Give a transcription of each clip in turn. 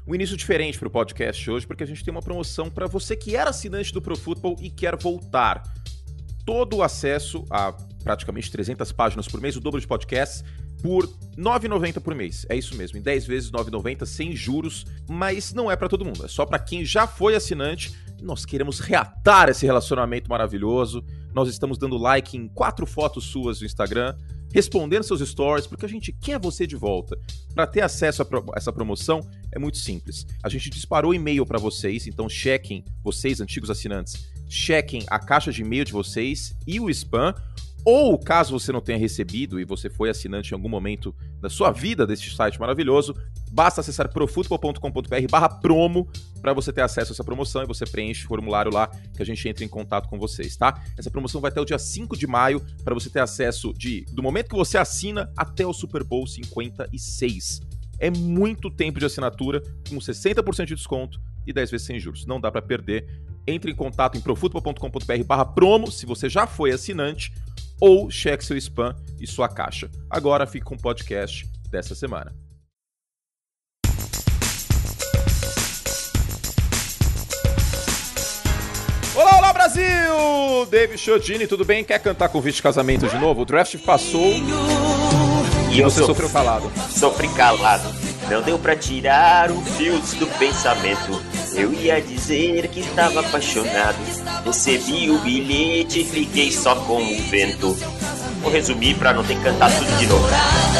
um início diferente para o podcast hoje, porque a gente tem uma promoção para você que era assinante do Pro Football e quer voltar. Todo o acesso a praticamente 300 páginas por mês, o dobro de podcasts, por R$ 9,90 por mês. É isso mesmo, em 10 vezes R$ 9,90, sem juros, mas não é para todo mundo, é só para quem já foi assinante. Nós queremos reatar esse relacionamento maravilhoso. Nós estamos dando like em 4 fotos suas no Instagram, respondendo seus stories, porque a gente quer você de volta. Para ter acesso a essa promoção, é muito simples. A gente disparou e-mail para vocês, então chequem, vocês, antigos assinantes, chequem a caixa de e-mail de vocês e o spam, ou caso você não tenha recebido e você foi assinante em algum momento da sua vida deste site maravilhoso, basta acessar profutbol.com.br/promo para você ter acesso a essa promoção e você preenche o formulário lá que a gente entra em contato com vocês, tá? Essa promoção vai até o dia 5 de maio para você ter acesso do momento que você assina até o Super Bowl 56. É muito tempo de assinatura com 60% de desconto e 10 vezes sem juros. Não dá para perder. Entre em contato em profutbol.com.br/promo se você já foi assinante, ou cheque seu spam e sua caixa. Agora fica com o podcast dessa semana. Olá, olá Brasil! David Chiodini, tudo bem? Quer cantar convite de casamento de novo? O draft passou e você sofreu calado. Sofri calado. Não deu pra tirar o fio do pensamento. Eu ia dizer que estava apaixonado. Recebi o bilhete e fiquei só com o vento. Vou resumir pra não ter que cantar tudo de novo.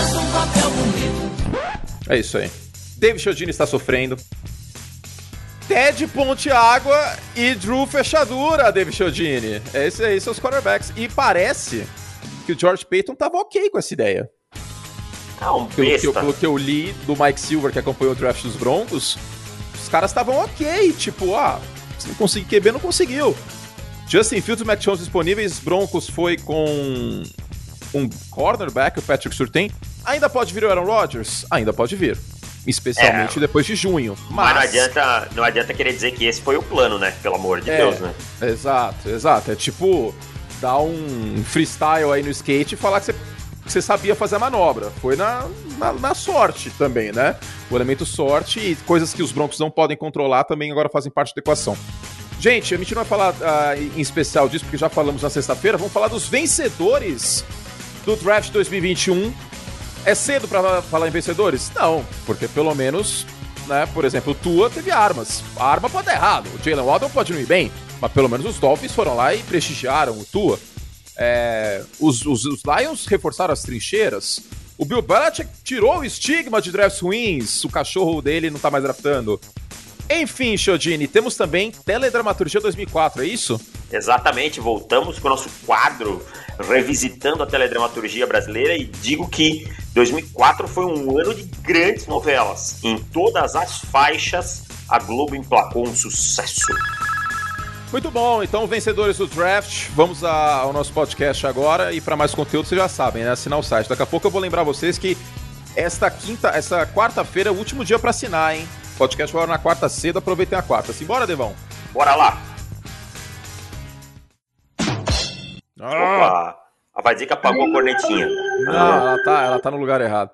É isso aí. David Chiodini está sofrendo. Ted Ponte Água e Drew Fechadura, David Chiodini. Esses aí são os quarterbacks. E parece que o George Paton estava ok com essa ideia. Pelo que eu li do Mike Silver, que acompanhou o draft dos Broncos, os caras estavam ok. Tipo, se não conseguir QB, não conseguiu. Justin Fields e Mac Jones disponíveis. Broncos foi com um cornerback, o Patrick Surtain. Ainda pode vir o Aaron Rodgers? Ainda pode vir. Especialmente depois de junho. Mas não adianta querer dizer que esse foi o plano, né? Pelo amor de Deus, né? Exato. É tipo dar um freestyle aí no skate e falar que você sabia fazer a manobra. Foi na sorte também, né? O elemento sorte e coisas que os Broncos não podem controlar também agora fazem parte da equação. Gente, a gente não vai falar em especial disso, porque já falamos na sexta-feira. Vamos falar dos vencedores do Draft 2021. É cedo pra falar em vencedores? Não, porque pelo menos, né, por exemplo, o Tua teve armas. A arma pode dar errado, o Jalen Waddle pode não ir bem, mas pelo menos os Dolphins foram lá e prestigiaram o Tua. Os Lions reforçaram as trincheiras. O Bill Belichick tirou o estigma de drafts ruins. O cachorro dele não tá mais draftando. Enfim, Chiodini, temos também Teledramaturgia 2004, é isso? Exatamente, voltamos com o nosso quadro revisitando a teledramaturgia brasileira e digo que 2004 foi um ano de grandes novelas. Em todas as faixas, a Globo emplacou um sucesso. Muito bom, então vencedores do draft, vamos ao nosso podcast agora e para mais conteúdo vocês já sabem, né? Assinar o site. Daqui a pouco eu vou lembrar vocês que essa quarta-feira é o último dia para assinar, hein? O podcast vai na quarta cedo, aproveitem a quarta. Simbora, Devão? Bora lá! Opa! A vai dizer que apagou a cornetinha. Não, ela tá no lugar errado.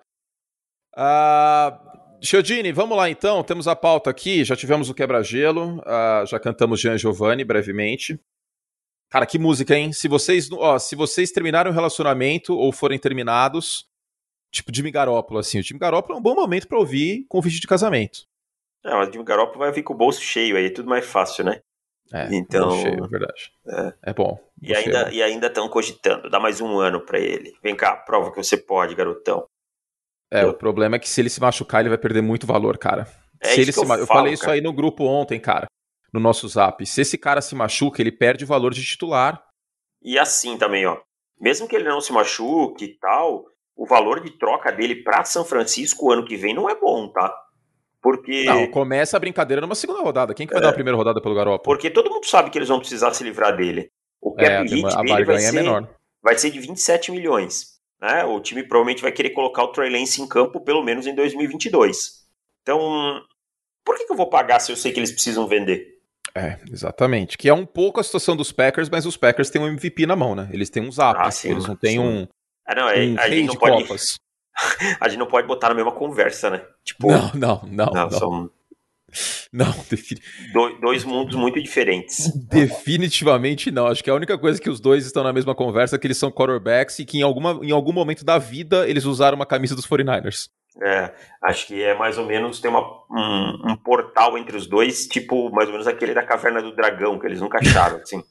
Chiodini, vamos lá então, temos a pauta aqui, já tivemos o quebra-gelo, já cantamos Gian Giovanni brevemente. Cara, que música, hein? Se vocês terminarem o relacionamento ou forem terminados, tipo Jimmy Garoppolo, assim, o Jimmy Garoppolo é um bom momento pra ouvir convite de casamento. Mas o Jimmy Garoppolo vai vir com o bolso cheio aí, é tudo mais fácil, né? Então, bolso cheio, é verdade. É bom. E ainda estão cogitando, dá mais um ano pra ele. Vem cá, prova que você pode, garotão. O problema é que se ele se machucar, ele vai perder muito valor, cara. Eu falei isso aí no grupo ontem, cara, no nosso Zap. Se esse cara se machuca, ele perde valor de titular. E assim também, ó. Mesmo que ele não se machuque e tal, o valor de troca dele pra São Francisco o ano que vem não é bom, tá? Porque... Não, começa a brincadeira numa segunda rodada. Quem que vai dar a primeira rodada pelo Garoppolo? Porque todo mundo sabe que eles vão precisar se livrar dele. O cap hit dele vai ser de 27 milhões. Né? O time provavelmente vai querer colocar o Trey Lance em campo pelo menos em 2022. Então, por que eu vou pagar se eu sei que eles precisam vender? Exatamente. Que é um pouco a situação dos Packers, mas os Packers têm um MVP na mão, né? Eles têm um Zap, eles não têm um rei de copas. A gente não pode botar na mesma conversa, né? Tipo, não. Não, dois mundos muito diferentes. Definitivamente não. Acho que a única coisa que os dois estão na mesma conversa é que eles são quarterbacks e que em algum momento da vida eles usaram uma camisa dos 49ers. Acho que é mais ou menos, tem um portal entre os dois, tipo mais ou menos aquele da Caverna do Dragão, que eles nunca acharam, assim.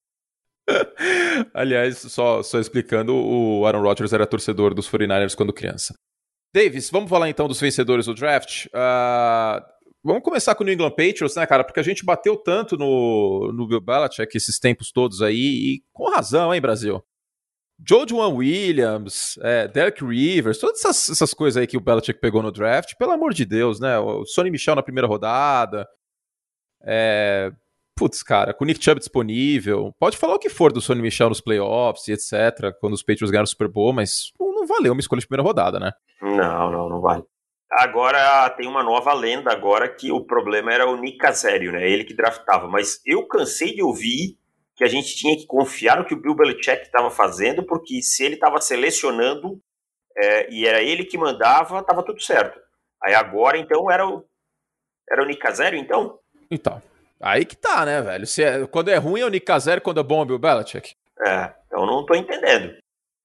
Aliás, só explicando, o Aaron Rodgers era torcedor dos 49ers quando criança. Davis, vamos falar então dos vencedores do draft? Vamos começar com o New England Patriots, né, cara? Porque a gente bateu tanto no Bill Belichick esses tempos todos aí, e com razão, hein, Brasil? Joe Williams, Derek Rivers, todas essas coisas aí que o Belichick pegou no draft, pelo amor de Deus, né? O Sonny Michel na primeira rodada. Putz, cara, com o Nick Chubb disponível. Pode falar o que for do Sonny Michel nos playoffs e etc., quando os Patriots ganharam o Super Bowl, mas não valeu uma escolha de primeira rodada, né? Não vale. Agora tem uma nova lenda agora que o problema era o Nick Caserio, né? Ele que draftava. Mas eu cansei de ouvir que a gente tinha que confiar no que o Bill Belichick estava fazendo, porque se ele estava selecionando e era ele que mandava, estava tudo certo. Aí agora, então, era o Nick Caserio, então? Então, aí que tá, né, velho? Quando é ruim é o Nick Caserio, quando é bom é o Bill Belichick. Eu não tô entendendo.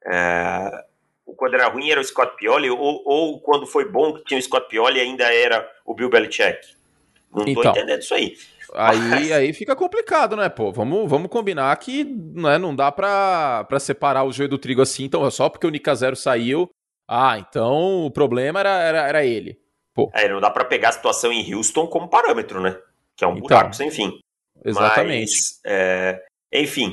Quando era ruim era o Scott Pioli, ou quando foi bom que tinha o Scott Pioli ainda era o Bill Belichick. Não tô entendendo isso aí. Aí fica complicado, né, pô? Vamos combinar que não dá pra separar o joio do trigo assim, então só porque o Nick Caserio saiu, então o problema era ele. Pô. Não dá pra pegar a situação em Houston como parâmetro, né? Que é um buraco sem fim. Exatamente. Mas, enfim.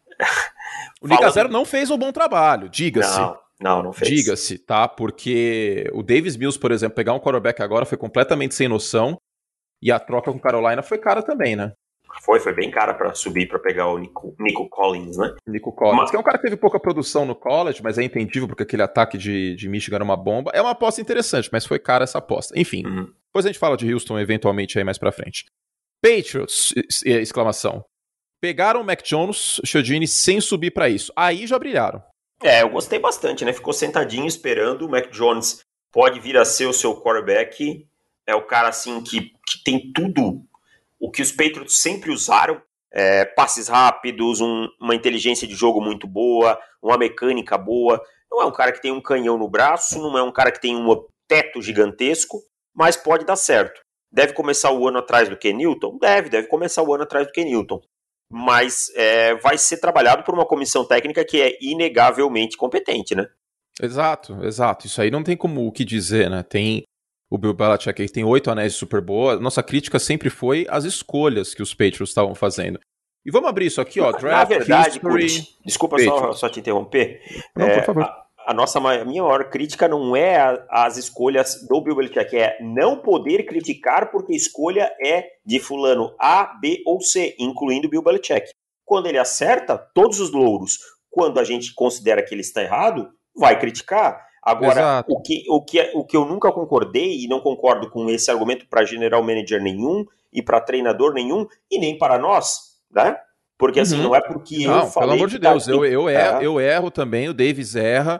O Nick Caserio não fez um bom trabalho, diga-se. Não fez. Diga-se, tá? Porque o Davis Mills, por exemplo, pegar um quarterback agora foi completamente sem noção. E a troca com Carolina foi cara também, né? Foi bem cara pra subir, pra pegar o Nico Collins, né? Nico Collins, que é um cara que teve pouca produção no college, mas é entendível porque aquele ataque de Michigan era uma bomba. É uma aposta interessante, mas foi cara essa aposta. Enfim, depois a gente fala de Houston eventualmente aí mais pra frente. Patriots, exclamação. Pegaram o Mac Jones, Chiodini, sem subir pra isso. Aí já brilharam. Eu gostei bastante, né? Ficou sentadinho esperando. O Mac Jones pode vir a ser o seu quarterback. É o cara, assim, que tem tudo o que os Patriots sempre usaram. Passes rápidos, uma inteligência de jogo muito boa, uma mecânica boa. Não é um cara que tem um canhão no braço, não é um cara que tem um teto gigantesco, mas pode dar certo. Deve começar o ano atrás do Ken Newton? Deve começar o ano atrás do Ken Newton. Mas vai ser trabalhado por uma comissão técnica que é inegavelmente competente, né? Exato. Isso aí não tem como o que dizer, né? Tem o Bill Belichick, tem 8 anéis de Super Bowl. Nossa crítica sempre foi as escolhas que os Patriots estavam fazendo. E vamos abrir isso aqui, ó. Draft, na verdade, history, desculpa só te interromper. Não, por favor. A minha maior crítica não é as escolhas do Bill Belichick, é não poder criticar porque a escolha é de fulano A, B ou C, incluindo o Bill Belichick. Quando ele acerta, todos os louros. Quando a gente considera que ele está errado, vai criticar. Agora, o que eu nunca concordei, e não concordo com esse argumento para general manager nenhum, e para treinador nenhum, e nem para nós, né? Porque assim, não é porque eu falei... Pelo amor de Deus, eu erro também, o Davis erra,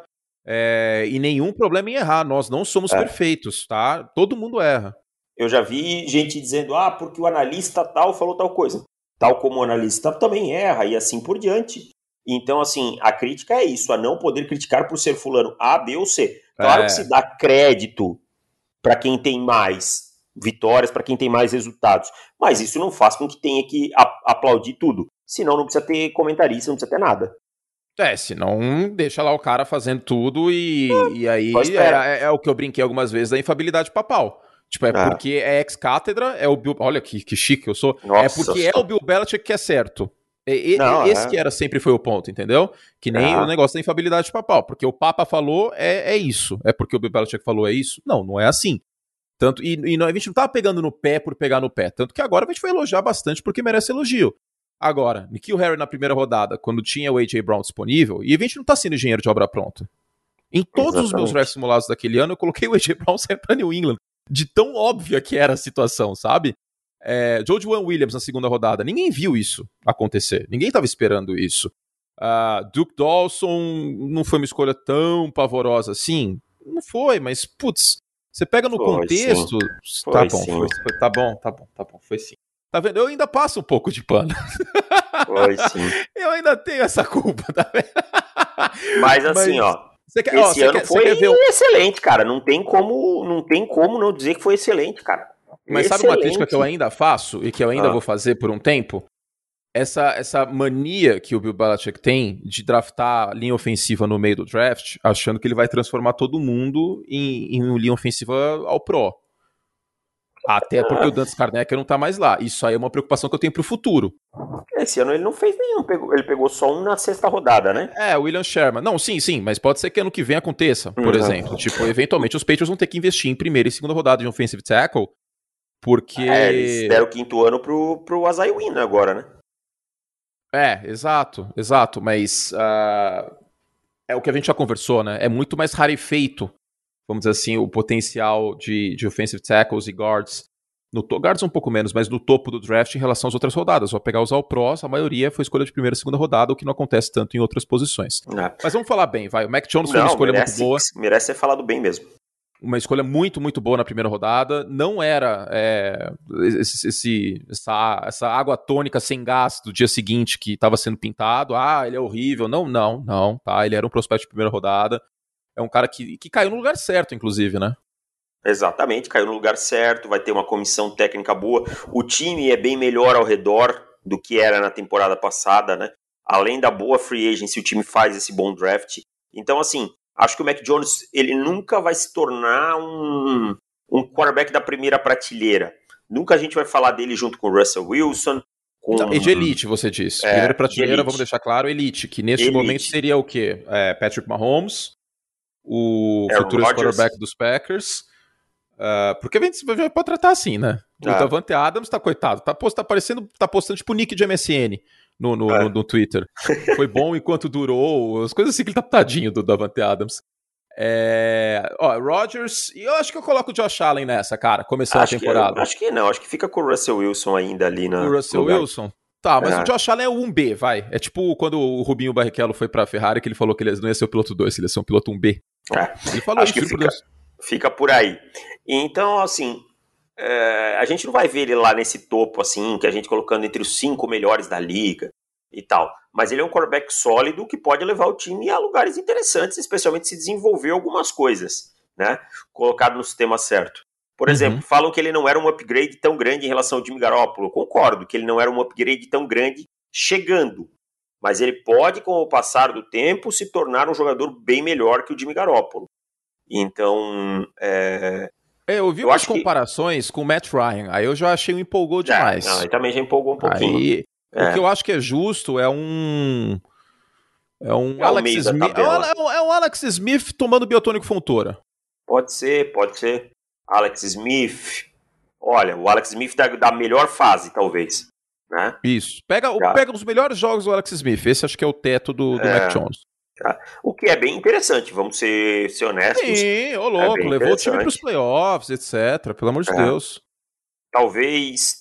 e nenhum problema em errar, nós não somos perfeitos, tá? Todo mundo erra. Eu já vi gente dizendo, porque o analista tal falou tal coisa. Tal como o analista também erra, e assim por diante. Então, assim, a crítica é isso, a não poder criticar por ser fulano A, B ou C. Claro que se dá crédito para quem tem mais vitórias, para quem tem mais resultados, mas isso não faz com que tenha que aplaudir tudo. Senão não precisa ter comentarista, não precisa ter nada. Senão deixa lá o cara fazendo tudo e aí é o que eu brinquei algumas vezes da infabilidade papal. Tipo, porque é ex-cátedra, é o Bill... Olha que chique eu sou. Nossa, porque é o Bill Belichick que é certo. Esse que sempre foi o ponto, entendeu? Que nem o negócio da infabilidade papal. Porque o Papa falou, é isso. É porque o Bill Belichick falou, é isso? Não é assim. Tanto, a gente não tava pegando no pé por pegar no pé. Tanto que agora a gente vai elogiar bastante porque merece elogio. Agora, N'Keal Harry na primeira rodada, quando tinha o A.J. Brown disponível, e a gente não tá sendo engenheiro de obra pronta. Em todos os meus drafts simulados daquele ano, eu coloquei o A.J. Brown saindo pra New England. De tão óbvia que era a situação, sabe? Joe Williams na segunda rodada, ninguém viu isso acontecer, ninguém estava esperando isso. Duke Dawson não foi uma escolha tão pavorosa assim, não foi, mas putz, Você pega no contexto... Tá bom, tá bom, foi sim. Tá vendo? Eu ainda passo um pouco de pano. Foi sim. Eu ainda tenho essa culpa, tá vendo? Mas assim, esse ano foi excelente, cara. Não tem como não dizer que foi excelente, cara. Mas sabe uma crítica que eu ainda faço e que eu ainda vou fazer por um tempo? Essa mania que o Bill Belichick tem de draftar linha ofensiva no meio do draft, achando que ele vai transformar todo mundo em linha ofensiva ao pro. Até porque o Dantes Carnecker não tá mais lá. Isso aí é uma preocupação que eu tenho pro futuro. Esse ano ele não fez nenhum. Ele pegou só um na 6ª rodada, né? O William Sherman. Não, sim, mas pode ser que ano que vem aconteça, por exemplo. Tipo, eventualmente os Patriots vão ter que investir em 1ª e 2ª rodada de offensive tackle, porque... eles deram o 5º ano pro Isaiah Wynn agora, né? Exato, mas é o que a gente já conversou, né? É muito mais rarefeito, vamos dizer assim, o potencial de offensive tackles e guards. Guards um pouco menos, mas no topo do draft em relação às outras rodadas. Vou pegar os All-Pros, a maioria foi escolha de 1ª e 2ª rodada, o que não acontece tanto em outras posições. Mas vamos falar bem, vai. O Mac Jones foi uma escolha muito boa. Merece ser falado bem mesmo. Uma escolha muito, muito boa na 1ª rodada. Não era essa água tônica sem gás do dia seguinte que estava sendo pintado. Ele é horrível. Não, tá? Ele era um prospecto de 1ª rodada. É um cara que caiu no lugar certo, inclusive, né? Exatamente, caiu no lugar certo, vai ter uma comissão técnica boa. O time é bem melhor ao redor do que era na temporada passada, né? Além da boa free agency, o time faz esse bom draft. Então, assim, acho que o Mac Jones, ele nunca vai se tornar um quarterback da primeira prateleira. Nunca a gente vai falar dele junto com o Russell Wilson. E de elite, você disse. Primeira prateleira, vamos deixar claro, elite. Que neste momento seria o quê? Patrick Mahomes, o futuro quarterback dos Packers. Porque a gente pode tratar assim, né? O Davante Adams tá coitado. Tá postando tipo o nick de MSN no Twitter. Foi bom enquanto durou. As coisas assim que ele tá tadinho do Davante Adams. Rodgers, e eu acho que eu coloco o Josh Allen nessa, cara, começando a temporada. Acho que não, acho que fica com o Russell Wilson ainda ali na. O Russell Wilson? Tá, mas o Josh Allen é o 1B, vai. É tipo quando o Rubinho Barrichello foi pra Ferrari, que ele falou que ele não ia ser o piloto 2, ele ia ser um piloto 1B. Ele falou acho isso, que fica por aí. Então, assim, a gente não vai ver ele lá nesse topo, assim, que a gente colocando entre os 5 melhores da liga e tal. Mas ele é um quarterback sólido que pode levar o time a lugares interessantes, especialmente se desenvolver algumas coisas, né? Colocado no sistema certo. Por exemplo, falam que ele não era um upgrade tão grande em relação ao Jimmy Garoppolo. Eu concordo que ele não era um upgrade tão grande chegando. Mas ele pode, com o passar do tempo, se tornar um jogador bem melhor que o Jimmy Garoppolo. Então, eu vi umas comparações com o Matt Ryan. Aí eu já achei empolgou demais. Aí também já empolgou um pouquinho. O que eu acho que é justo é um Alex Smith. É um Alex Smith tomando biotônico Fontoura. Pode ser. Alex Smith. Olha, o Alex Smith da melhor fase, talvez. Né? Isso. Pega os melhores jogos do Alex Smith. Esse acho que é o teto do Mac Jones. O que é bem interessante, vamos ser honestos. Sim, louco, levou o time para os playoffs, etc. Pelo amor de Deus. Talvez,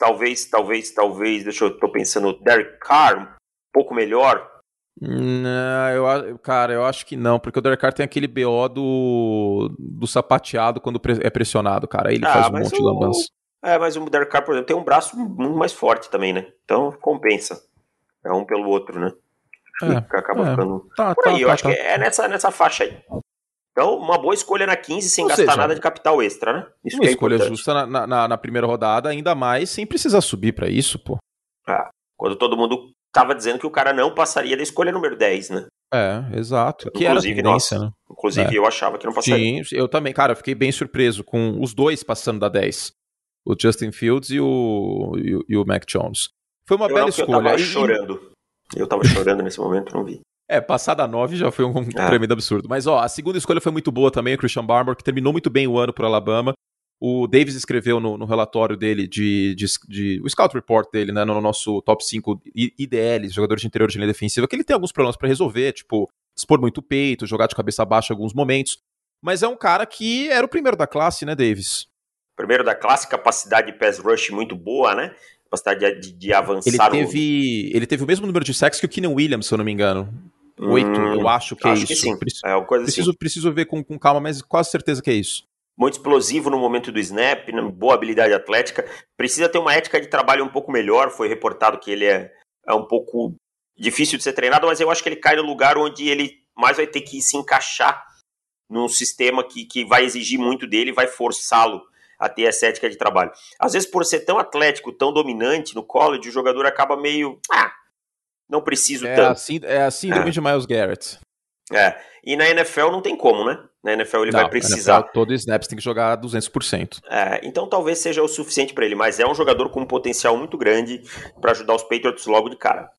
deixa eu tô pensando, Derek Carr, um pouco melhor. Não, eu acho que não, porque o Derek Carr tem aquele BO do sapateado quando é pressionado, cara. Aí ele faz um monte de lambança. Mas o Derek Carr, por exemplo, tem um braço muito mais forte também, né? Então compensa. É um pelo outro, né? Acaba ficando por aí. Eu acho que é nessa faixa aí. Então, uma boa escolha na 15 sem gastar nada de capital extra, né? Isso uma escolha justa na primeira rodada, ainda mais sem precisar subir pra isso, pô. Quando todo mundo tava dizendo que o cara não passaria da escolha número 10, né? Exato. Que era a tendência, né? Inclusive, eu achava que não passaria. Sim, eu também. Cara, eu fiquei bem surpreso com os dois passando da 10. O Justin Fields e o Mac Jones. Foi uma bela escolha. Eu tava chorando. Eu tava chorando nesse momento, não vi. Passar da 9 já foi um tremendo absurdo. Mas, a segunda escolha foi muito boa também, o Christian Barmore, que terminou muito bem o ano por Alabama. O Davis escreveu no relatório dele, o Scout Report dele, né, no nosso top 5 IDLs, jogadores de interior de linha defensiva, que ele tem alguns problemas pra resolver, tipo, expor muito peito, jogar de cabeça baixa em alguns momentos. Mas é um cara que era o primeiro da classe, né, Davis? Primeiro da classe, capacidade de pass rush muito boa, né? Capacidade de avançar. Ele teve o mesmo número de sacks que o Keenan Williams, se eu não me engano. 8, eu acho que é isso. Que sim. Coisa preciso ver com calma, mas quase certeza que é isso. muito explosivo no momento do snap, boa habilidade atlética, precisa ter uma ética de trabalho um pouco melhor, foi reportado que ele é um pouco difícil de ser treinado, mas eu acho que ele cai no lugar onde ele mais vai ter que se encaixar num sistema que vai exigir muito dele, vai forçá-lo a ter essa ética de trabalho. Às vezes, por ser tão atlético, tão dominante no college, o jogador acaba meio... não preciso tanto. É a síndrome de Myles Garrett. E na NFL não tem como, né? Na NFL ele vai precisar... Na NFL, todo snap tem que jogar 200%. Então talvez seja o suficiente para ele, mas é um jogador com um potencial muito grande para ajudar os Patriots logo de cara.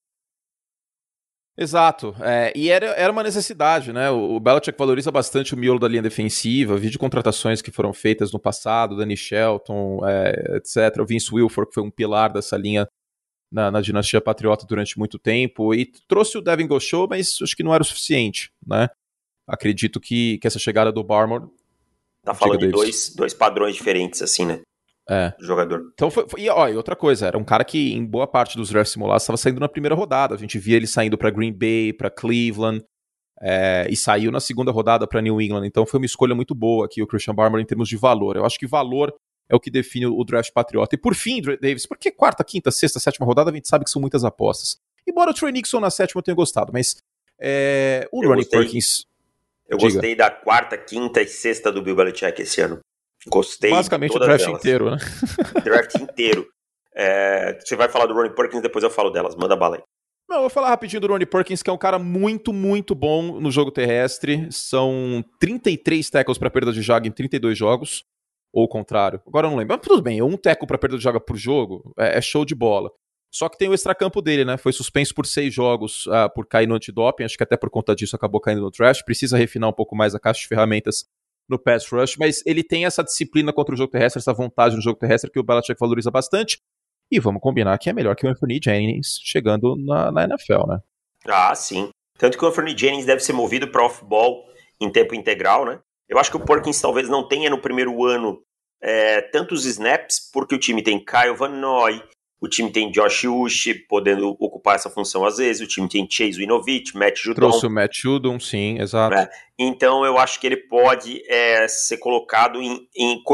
Exato, e era uma necessidade, né? O Belichick valoriza bastante o miolo da linha defensiva, vi de contratações que foram feitas no passado, Danny Shelton, etc. O Vince Wilfork, que foi um pilar dessa linha na dinastia patriota durante muito tempo, e trouxe o Devin Gauchot, mas acho que não era o suficiente, né? Acredito que essa chegada do Barmore... Tá falando de dois padrões diferentes, assim, né? Do jogador. Então e outra coisa, era um cara que em boa parte dos drafts simulados estava saindo na primeira rodada. A gente via ele saindo para Green Bay, para Cleveland, e saiu na segunda rodada para New England. Então foi uma escolha muito boa aqui o Christian Barmore em termos de valor. Eu acho que valor é o que define o draft patriota. E por fim, Davis, porque quarta, quinta, sexta, sétima rodada a gente sabe que são muitas apostas. Embora o Troy Nixon na sétima eu tenha gostado, mas o Ronnie Perkins... Eu gostei da quarta, quinta e sexta do Bill Belichick esse ano. Gostei. Basicamente o draft inteiro, né? Draft inteiro. Você vai falar do Ronnie Perkins, depois eu falo delas. Manda bala aí. Não, eu vou falar rapidinho do Ronnie Perkins, que é um cara muito, muito bom no jogo terrestre. São 33 tackles para perda de jarda em 32 jogos. Ou o contrário. Agora eu não lembro. Mas tudo bem, um tackle para perda de jarda por jogo é show de bola. Só que tem o extracampo dele, né? Foi suspenso por 6 jogos por cair no antidoping. Acho que até por conta disso acabou caindo no trash. Precisa refinar um pouco mais a caixa de ferramentas no pass rush, mas ele tem essa disciplina contra o jogo terrestre, essa vontade no jogo terrestre que o Belichick valoriza bastante. E vamos combinar que é melhor que o Anthony Jennings chegando na NFL, né? Sim. Tanto que o Anthony Jennings deve ser movido para off-ball em tempo integral, né? Eu acho que o Perkins talvez não tenha no primeiro ano tantos snaps, porque o time tem Kyle Van Noy, o time tem Josh Uche podendo ocupar essa função às vezes, o time tem Chase Winovich, Matt Judon. Trouxe o Matt Judon, sim, exato. Então eu acho que ele pode ser colocado em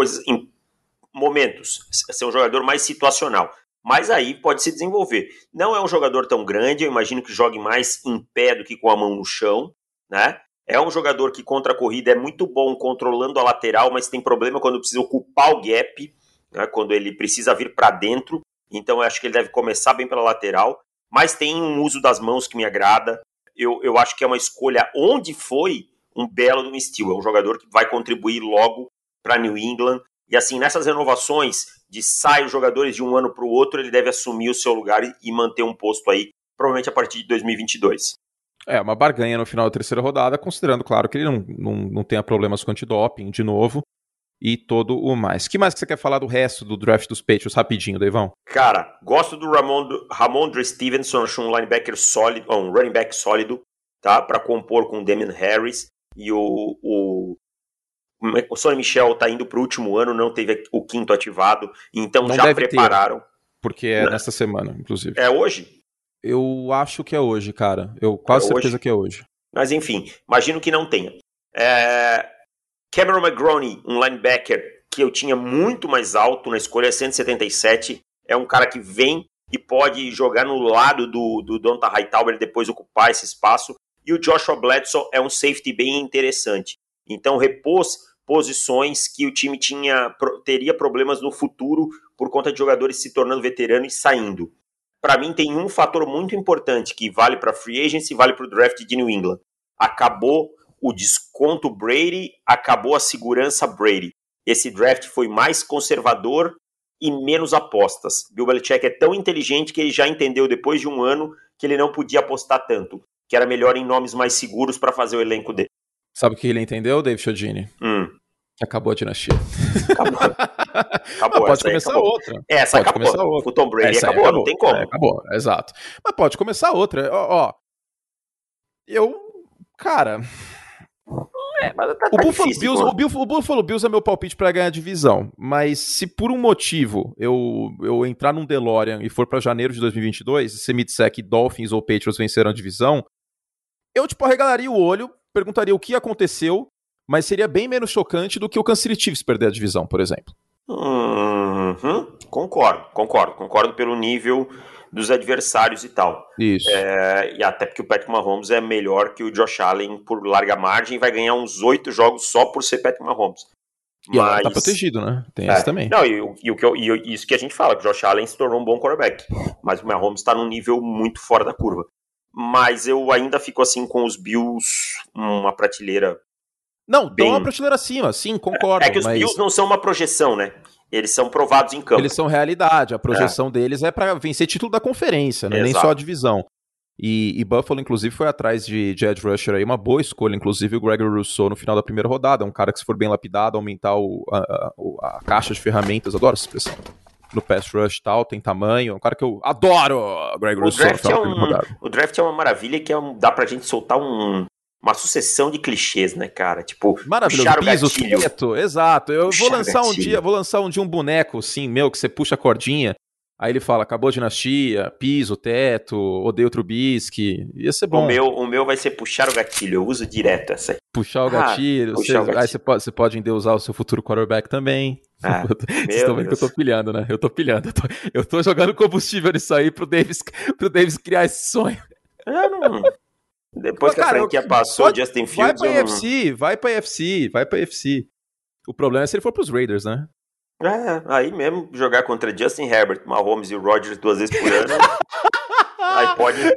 momentos, ser um jogador mais situacional. Mas aí pode se desenvolver. Não é um jogador tão grande, eu imagino que jogue mais em pé do que com a mão no chão, né? É um jogador que contra a corrida é muito bom controlando a lateral, mas tem problema quando precisa ocupar o gap, né? Quando ele precisa vir para dentro. Então eu acho que ele deve começar bem pela lateral, mas tem um uso das mãos que me agrada. Eu acho que é uma escolha onde foi um belo do estilo. É um jogador que vai contribuir logo para New England. E assim, nessas renovações de sai os jogadores de um ano para o outro, ele deve assumir o seu lugar e manter um posto aí, provavelmente a partir de 2022. Uma barganha no final da terceira rodada, considerando, claro, que ele não tenha problemas com antidoping de novo. E todo o mais. O que mais que você quer falar do resto do draft dos Patriots rapidinho, Deivão? Cara, gosto do Ramondre Stevenson, acho um linebacker sólido, um running back sólido, tá? Para compor com o Damian Harris. E o Sonny Michel tá indo pro último ano, não teve o quinto ativado, então não já prepararam. Porque é nesta semana, inclusive. É hoje? Eu acho que é hoje, cara. Eu quase certeza que é hoje. Mas enfim, imagino que não tenha. Cameron McGroney, um linebacker que eu tinha muito mais alto na escolha, 177. É um cara que vem e pode jogar no lado do Donta Hightower e depois ocupar esse espaço. E o Joshua Bledsoe é um safety bem interessante. Então repôs posições que o time teria problemas no futuro por conta de jogadores se tornando veteranos e saindo. Para mim tem um fator muito importante que vale para free agency e vale para o draft de New England. Acabou o desconto Brady, acabou a segurança Brady. Esse draft foi mais conservador e menos apostas. Bill Belichick é tão inteligente que ele já entendeu depois de um ano que ele não podia apostar tanto, que era melhor em nomes mais seguros para fazer o elenco dele. Sabe o que ele entendeu, Dave Chiodini? Que acabou a dinastia. Acabou. Pode começar outra. Essa pode acabou. Começar outra. O Tom Brady acabou, não tem como. Acabou, exato. Mas pode começar outra. Cara... mas o Buffalo Bills é meu palpite para ganhar a divisão, mas se por um motivo eu entrar num DeLorean e for para janeiro de 2022, e você me disser que Dolphins ou Patriots venceram a divisão, eu arregalaria o olho, perguntaria o que aconteceu, mas seria bem menos chocante do que o Kansas City Chiefs perder a divisão, por exemplo. Concordo pelo nível dos adversários e tal. Isso. E até porque o Patrick Mahomes é melhor que o Josh Allen por larga margem e vai ganhar uns 8 jogos só por ser Patrick Mahomes. E ela tá protegido, né? Tem isso também. Não, isso que a gente fala, que o Josh Allen se tornou um bom quarterback, mas o Mahomes tá num nível muito fora da curva. Mas eu ainda fico assim com os Bills, uma prateleira. Não, estão uma prateleira acima, sim, concordo. É que os Bills não são uma projeção, né? Eles são provados em campo. Eles são realidade, a projeção deles é para vencer título da conferência, né? Nem só a divisão. E Buffalo, inclusive, foi atrás de edge rusher aí, uma boa escolha, inclusive o Gregory Rousseau no final da primeira rodada, um cara que se for bem lapidado, aumentar a caixa de ferramentas, adoro essa expressão, no pass rush e tal, tem tamanho, é um cara que eu adoro, Gregory Rousseau no final da primeira rodada. O draft é uma maravilha que dá pra gente soltar uma sucessão de clichês, né, cara? Tipo, maravilhoso, piso, teto, exato. Eu vou lançar um dia um boneco, assim, meu, que você puxa a cordinha, aí ele fala, acabou a dinastia, piso, teto, odeio Trubisky, ia ser bom. O meu vai ser puxar o gatilho, eu uso direto essa aí. Puxar o gatilho, aí você pode endeusar o seu futuro quarterback também. Vocês estão vendo que eu tô pilhando, né? Eu tô jogando combustível nisso aí pro Davis criar esse sonho. Depois que a franquia passou, Justin Fields... Vai pra UFC. O problema é se ele for pros Raiders, né? Aí mesmo jogar contra Justin Herbert, Mahomes e o Rodgers 2 vezes por ano, aí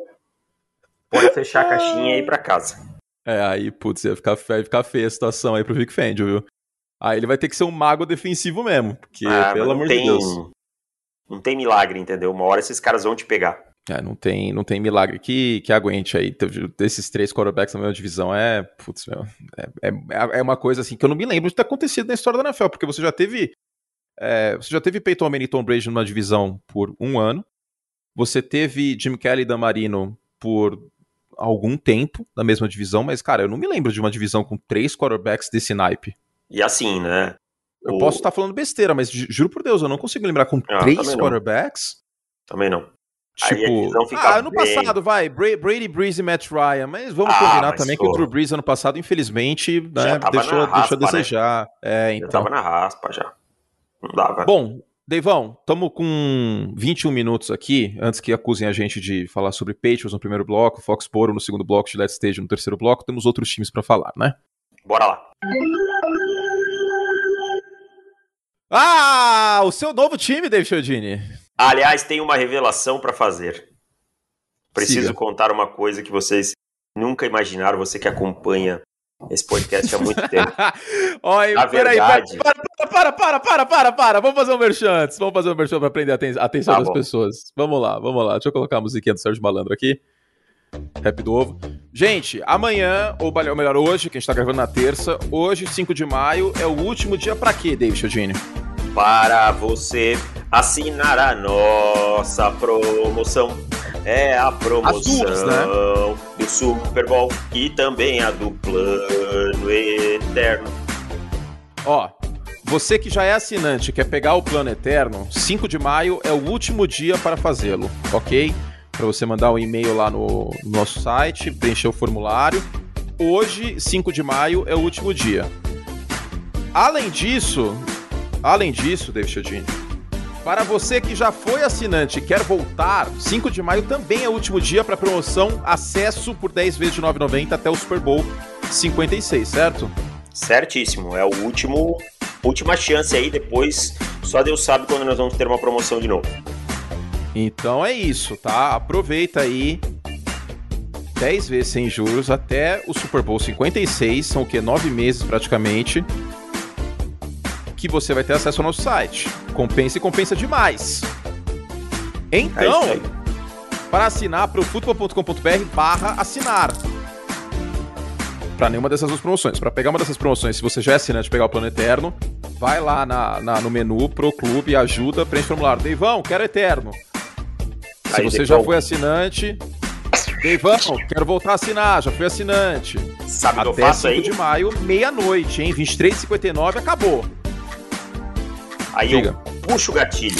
pode fechar a caixinha e ir pra casa. Aí, putz, vai ficar feia a situação aí pro Vic Fangio, viu? Aí ele vai ter que ser um mago defensivo mesmo, porque, pelo amor de Deus... Não tem milagre, entendeu? Uma hora esses caras vão te pegar. Não tem milagre que aguente aí. Desses 3 quarterbacks na mesma divisão putz, meu, é uma coisa assim que eu não me lembro de ter acontecido na história da NFL, porque você já teve Peyton Manning e Tom Brady numa divisão por 1 ano, você teve Jim Kelly e Dan Marino por algum tempo na mesma divisão, mas, cara, eu não me lembro de uma divisão com 3 quarterbacks desse naipe. E assim, né? Eu posso estar falando besteira, mas juro por Deus, eu não consigo lembrar com 3 quarterbacks. Também não. Tipo, ano passado, Brady, Breeze e Matt Ryan, mas vamos combinar também que o Drew Brees ano passado, infelizmente, né, deixou a desejar. Né? Então. Já tava na raspa, já. Não dava. Bom, Deivão, estamos com 21 minutos aqui, antes que acusem a gente de falar sobre Patriots no primeiro bloco, Foxborough no segundo bloco, Gillette Stadium no terceiro bloco, temos outros times para falar, né? Bora lá. O seu novo time, Dave Chiodini. Aliás, tem uma revelação para fazer. Preciso contar uma coisa que vocês nunca imaginaram, você que acompanha esse podcast há muito tempo. Na verdade... Para. Vamos fazer um merchan antes. Vamos fazer um merchan para prender a atenção das pessoas. Vamos lá. Deixa eu colocar a musiquinha do Sérgio Malandro aqui. Rap do ovo. Gente, amanhã, ou melhor, hoje, que a gente tá gravando na terça, hoje, 5 de maio, é o último dia pra quê, Dave Chiodini? Para você assinar a nossa promoção. É a promoção do Super Bowl e também a do Plano Eterno. Você que já é assinante e quer pegar o Plano Eterno, 5 de maio é o último dia para fazê-lo, ok? Para você mandar um e-mail lá no nosso site, preencher o formulário. Hoje, 5 de maio, é o último dia. Além disso, Dave Chiodini, para você que já foi assinante e quer voltar, 5 de maio também é o último dia para a promoção acesso por 10 vezes de R$ 9,90 até o Super Bowl 56, certo? Certíssimo, é o última chance aí, depois só Deus sabe quando nós vamos ter uma promoção de novo. Então é isso, tá? Aproveita aí 10 vezes sem juros até o Super Bowl 56, são o quê? 9 meses praticamente, que você vai ter acesso ao nosso site. Compensa demais. Então, para assinar, profutbol.com.br/assinar. Para nenhuma dessas duas promoções. Para pegar uma dessas promoções, se você já é assinante, pegar o Plano Eterno, vai lá no menu Pro Clube, ajuda, preenche o formulário. Deivão, quero Eterno. Se você já foi assinante, Deivão, quero voltar a assinar, já fui assinante. Sabe o que eu faço aí? Até 5 de maio, meia-noite, hein? 23h59, acabou. Aí eu puxo o gatilho.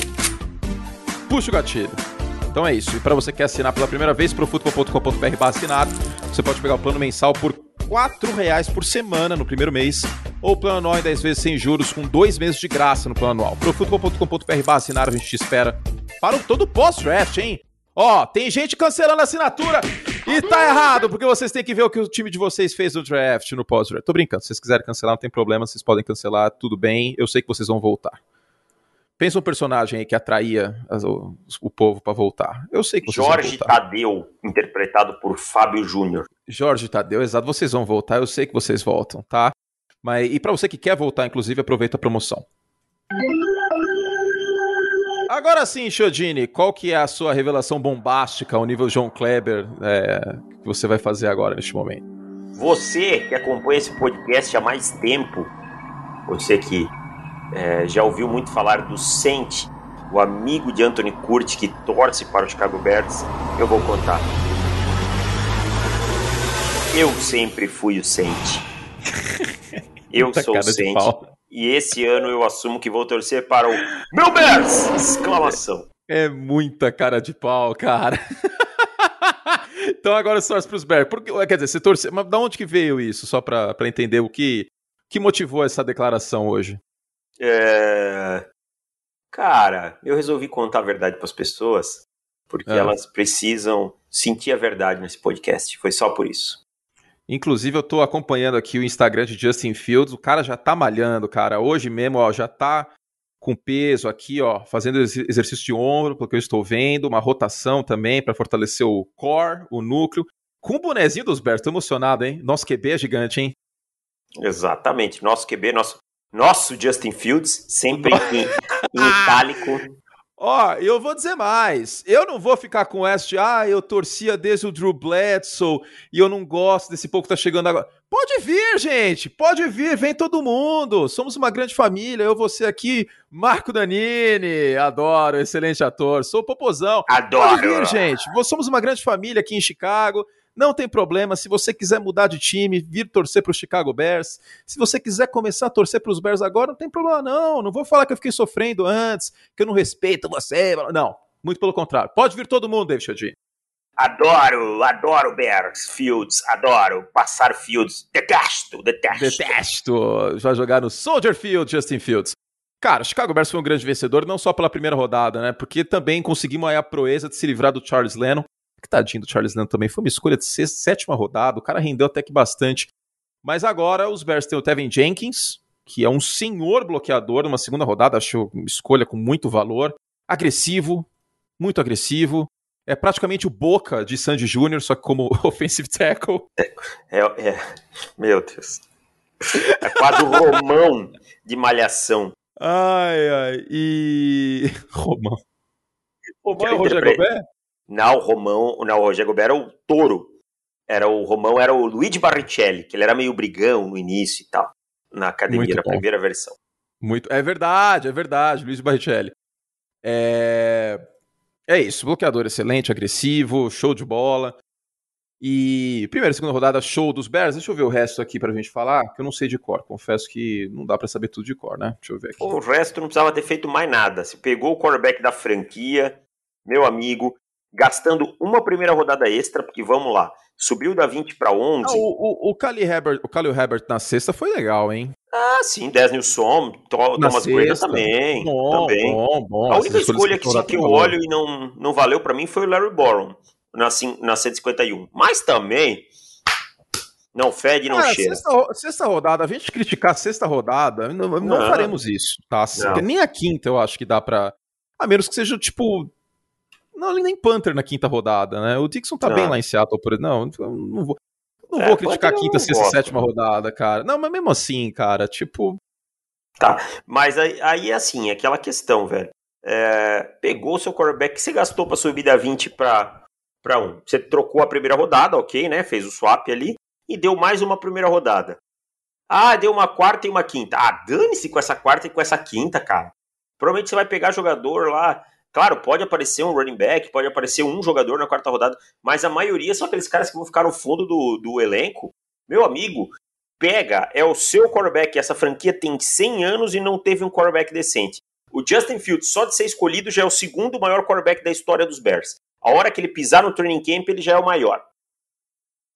Então é isso. E para você que quer assinar pela primeira vez, profutbol.com.br/assinar, você pode pegar o plano mensal por R$4 por semana no primeiro mês, ou plano anual em 10 vezes sem juros, com 2 meses de graça no plano anual. Profutbol.com.br/assinar, a gente te espera para todo o pós-draft, hein? Ó, tem gente cancelando a assinatura e tá errado, porque vocês têm que ver o que o time de vocês fez no draft, no pós-draft. Tô brincando, se vocês quiserem cancelar, não tem problema, vocês podem cancelar, tudo bem, eu sei que vocês vão voltar. Pensa um personagem aí que atraía o povo pra voltar. Eu sei que vocês vão voltar. Jorge Tadeu, interpretado por Fábio Júnior. Jorge Tadeu, exato, vocês vão voltar, eu sei que vocês voltam, tá? E pra você que quer voltar, inclusive, aproveita a promoção. Agora sim, Chiodini, qual que é a sua revelação bombástica ao nível João Kleber que você vai fazer agora, neste momento? Você que acompanha esse podcast há mais tempo, você que já ouviu muito falar do Saint, o amigo de Anthony Curti que torce para o Chicago Bears, eu vou contar. Eu sempre fui o Saint. Eu sou o Saint. E esse ano eu assumo que vou torcer para o meu Bears! Exclamação. É muita cara de pau, cara. Então agora você torce para os Bears. Quer dizer, você torce... Mas de onde que veio isso? Só para entender o que motivou essa declaração hoje. Cara, eu resolvi contar a verdade para as pessoas porque elas precisam sentir a verdade nesse podcast. Foi só por isso. Inclusive, eu tô acompanhando aqui o Instagram de Justin Fields. O cara já tá malhando, cara. Hoje mesmo, ó, já tá com peso aqui, ó, fazendo exercício de ombro, pelo que eu estou vendo. Uma rotação também para fortalecer o core, o núcleo. Com o bonezinho dos Bears, tô emocionado, hein? Nosso QB é gigante, hein? Exatamente. Nosso QB, nosso Justin Fields, sempre em itálico. Ó, eu vou dizer mais. Eu não vou ficar com essa de, eu torcia desde o Drew Bledsoe e eu não gosto desse pouco que tá chegando agora. Pode vir, gente. Pode vir. Vem todo mundo. Somos uma grande família. Eu, você aqui, Marco Nanini. Adoro. Excelente ator. Sou o Popozão. Adoro. Pode vir, gente. Somos uma grande família aqui em Chicago. Não tem problema, se você quiser mudar de time, vir torcer para o Chicago Bears, se você quiser começar a torcer para os Bears agora, não tem problema não vou falar que eu fiquei sofrendo antes, que eu não respeito você, não, muito pelo contrário, pode vir todo mundo, David Chiodini. Adoro Bears, Fields, adoro passar Fields, detesto. Vai jogar no Soldier Field, Justin Fields. Cara, o Chicago Bears foi um grande vencedor, não só pela primeira rodada, né, porque também conseguimos aí a proeza de se livrar do Charles Leno. Que tadinho do Charles Leno também, foi uma escolha de sétima rodada, o cara rendeu até que bastante. Mas agora os Bears têm o Tevin Jenkins, que é um senhor bloqueador numa segunda rodada, acho uma escolha com muito valor, agressivo, muito agressivo, é praticamente o Boca de Sandy Jr., só que como offensive tackle. Meu Deus. É quase o Romão de Malhação. E... Romão é o Roger Gobert? Não, o Roger Gobert era o touro. O Romão era o Luigi Barrichelli, que ele era meio brigão no início e tal, na academia, na primeira versão. É verdade, Luigi Barrichelli. É isso, bloqueador excelente, agressivo, show de bola. E primeira e segunda rodada, show dos Bears. Deixa eu ver o resto aqui pra gente falar, que eu não sei de cor. Confesso que não dá pra saber tudo de cor, né? Deixa eu ver aqui. O resto não precisava ter feito mais nada. Se pegou o quarterback da franquia, meu amigo, gastando uma primeira rodada extra, porque vamos lá, subiu da 20 para 11. O Khalil Herbert na sexta foi legal, hein? Sim, Dez Nilsson, Thomas Brady também. Bom. A única escolha que eu olho e não valeu para mim foi o Larry Borom, na 151. Mas também não fede, não cheira. Sexta rodada, a gente criticar a sexta rodada, não faremos isso, tá? Nem a quinta eu acho que dá pra... A menos que seja, tipo... Não, nem Panther na quinta rodada, né? O Dixon tá bem lá em Seattle, por exemplo. Não vou criticar a quinta, sexta e sétima rodada, cara. Não, mas mesmo assim, cara, tipo... Tá, mas aí é assim, é aquela questão, velho. Pegou o seu quarterback que você gastou pra subir da 20 pra 1. Você trocou a primeira rodada, ok, né? Fez o swap ali e deu mais uma primeira rodada. Deu uma quarta e uma quinta. Dane-se com essa quarta e com essa quinta, cara. Provavelmente você vai pegar jogador lá... Claro, pode aparecer um running back, pode aparecer um jogador na quarta rodada, mas a maioria são aqueles caras que vão ficar no fundo do elenco. Meu amigo, é o seu quarterback. Essa franquia tem 100 anos e não teve um quarterback decente. O Justin Fields, só de ser escolhido, já é o segundo maior quarterback da história dos Bears. A hora que ele pisar no training camp, ele já é o maior.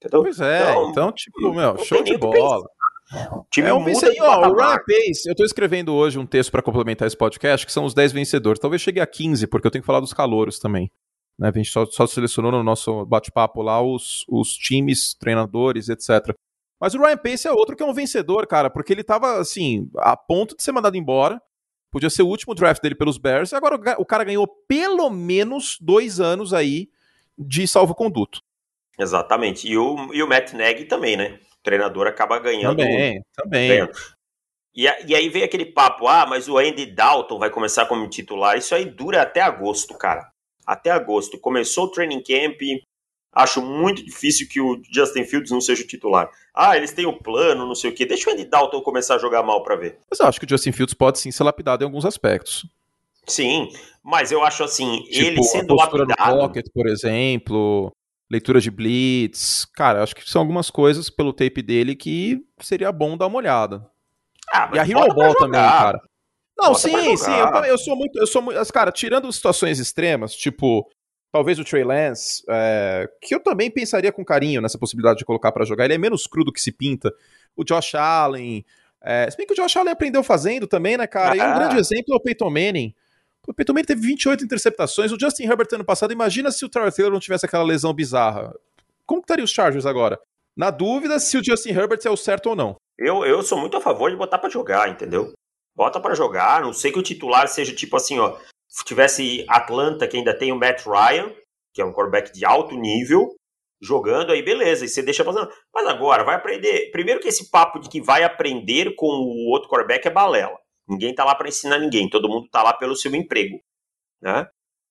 Entendeu? Pois é, então tipo, show de bola. O time muda de patamar. O Ryan Pace, eu tô escrevendo hoje um texto para complementar esse podcast, que são os 10 vencedores. Talvez chegue a 15, porque eu tenho que falar dos calouros também. Né? A gente só selecionou no nosso bate-papo lá os times, treinadores, etc. Mas o Ryan Pace é outro que é um vencedor, cara, porque ele tava, assim, a ponto de ser mandado embora. Podia ser o último draft dele pelos Bears, e agora o cara ganhou pelo menos 2 anos aí de salvo-conduto. Exatamente. E o Matt Nagy também, né? O treinador acaba ganhando. Também. E aí vem aquele papo, mas o Andy Dalton vai começar como titular. Isso aí dura até agosto, cara. Até agosto. Começou o training camp. Acho muito difícil que o Justin Fields não seja o titular. Eles têm o plano, não sei o quê. Deixa o Andy Dalton começar a jogar mal pra ver. Mas eu acho que o Justin Fields pode sim ser lapidado em alguns aspectos. Sim, mas eu acho assim, tipo, ele sendo a postura lapidado... no pocket, por exemplo, leitura de blitz. Cara, acho que são algumas coisas pelo tape dele que seria bom dar uma olhada. E a Hero Ball também, cara. Não, sim. Eu sou muito. Cara, tirando situações extremas, tipo, talvez o Trey Lance, que eu também pensaria com carinho nessa possibilidade de colocar pra jogar. Ele é menos cru do que se pinta. O Josh Allen. Se bem que o Josh Allen aprendeu fazendo também, né, cara? E um grande exemplo é o Peyton Manning. O Peyton Manning teve 28 interceptações. O Justin Herbert ano passado, imagina se o Tyrod Taylor não tivesse aquela lesão bizarra. Como que estaria os Chargers agora? Na dúvida se o Justin Herbert é o certo ou não. Eu sou muito a favor de botar pra jogar, entendeu? Bota pra jogar, não sei que o titular seja tipo assim, se tivesse Atlanta, que ainda tem o Matt Ryan, que é um quarterback de alto nível, jogando aí, beleza, e você deixa passando. Mas agora, vai aprender. Primeiro que esse papo de que vai aprender com o outro quarterback é balela. Ninguém tá lá pra ensinar ninguém, todo mundo tá lá pelo seu emprego, né?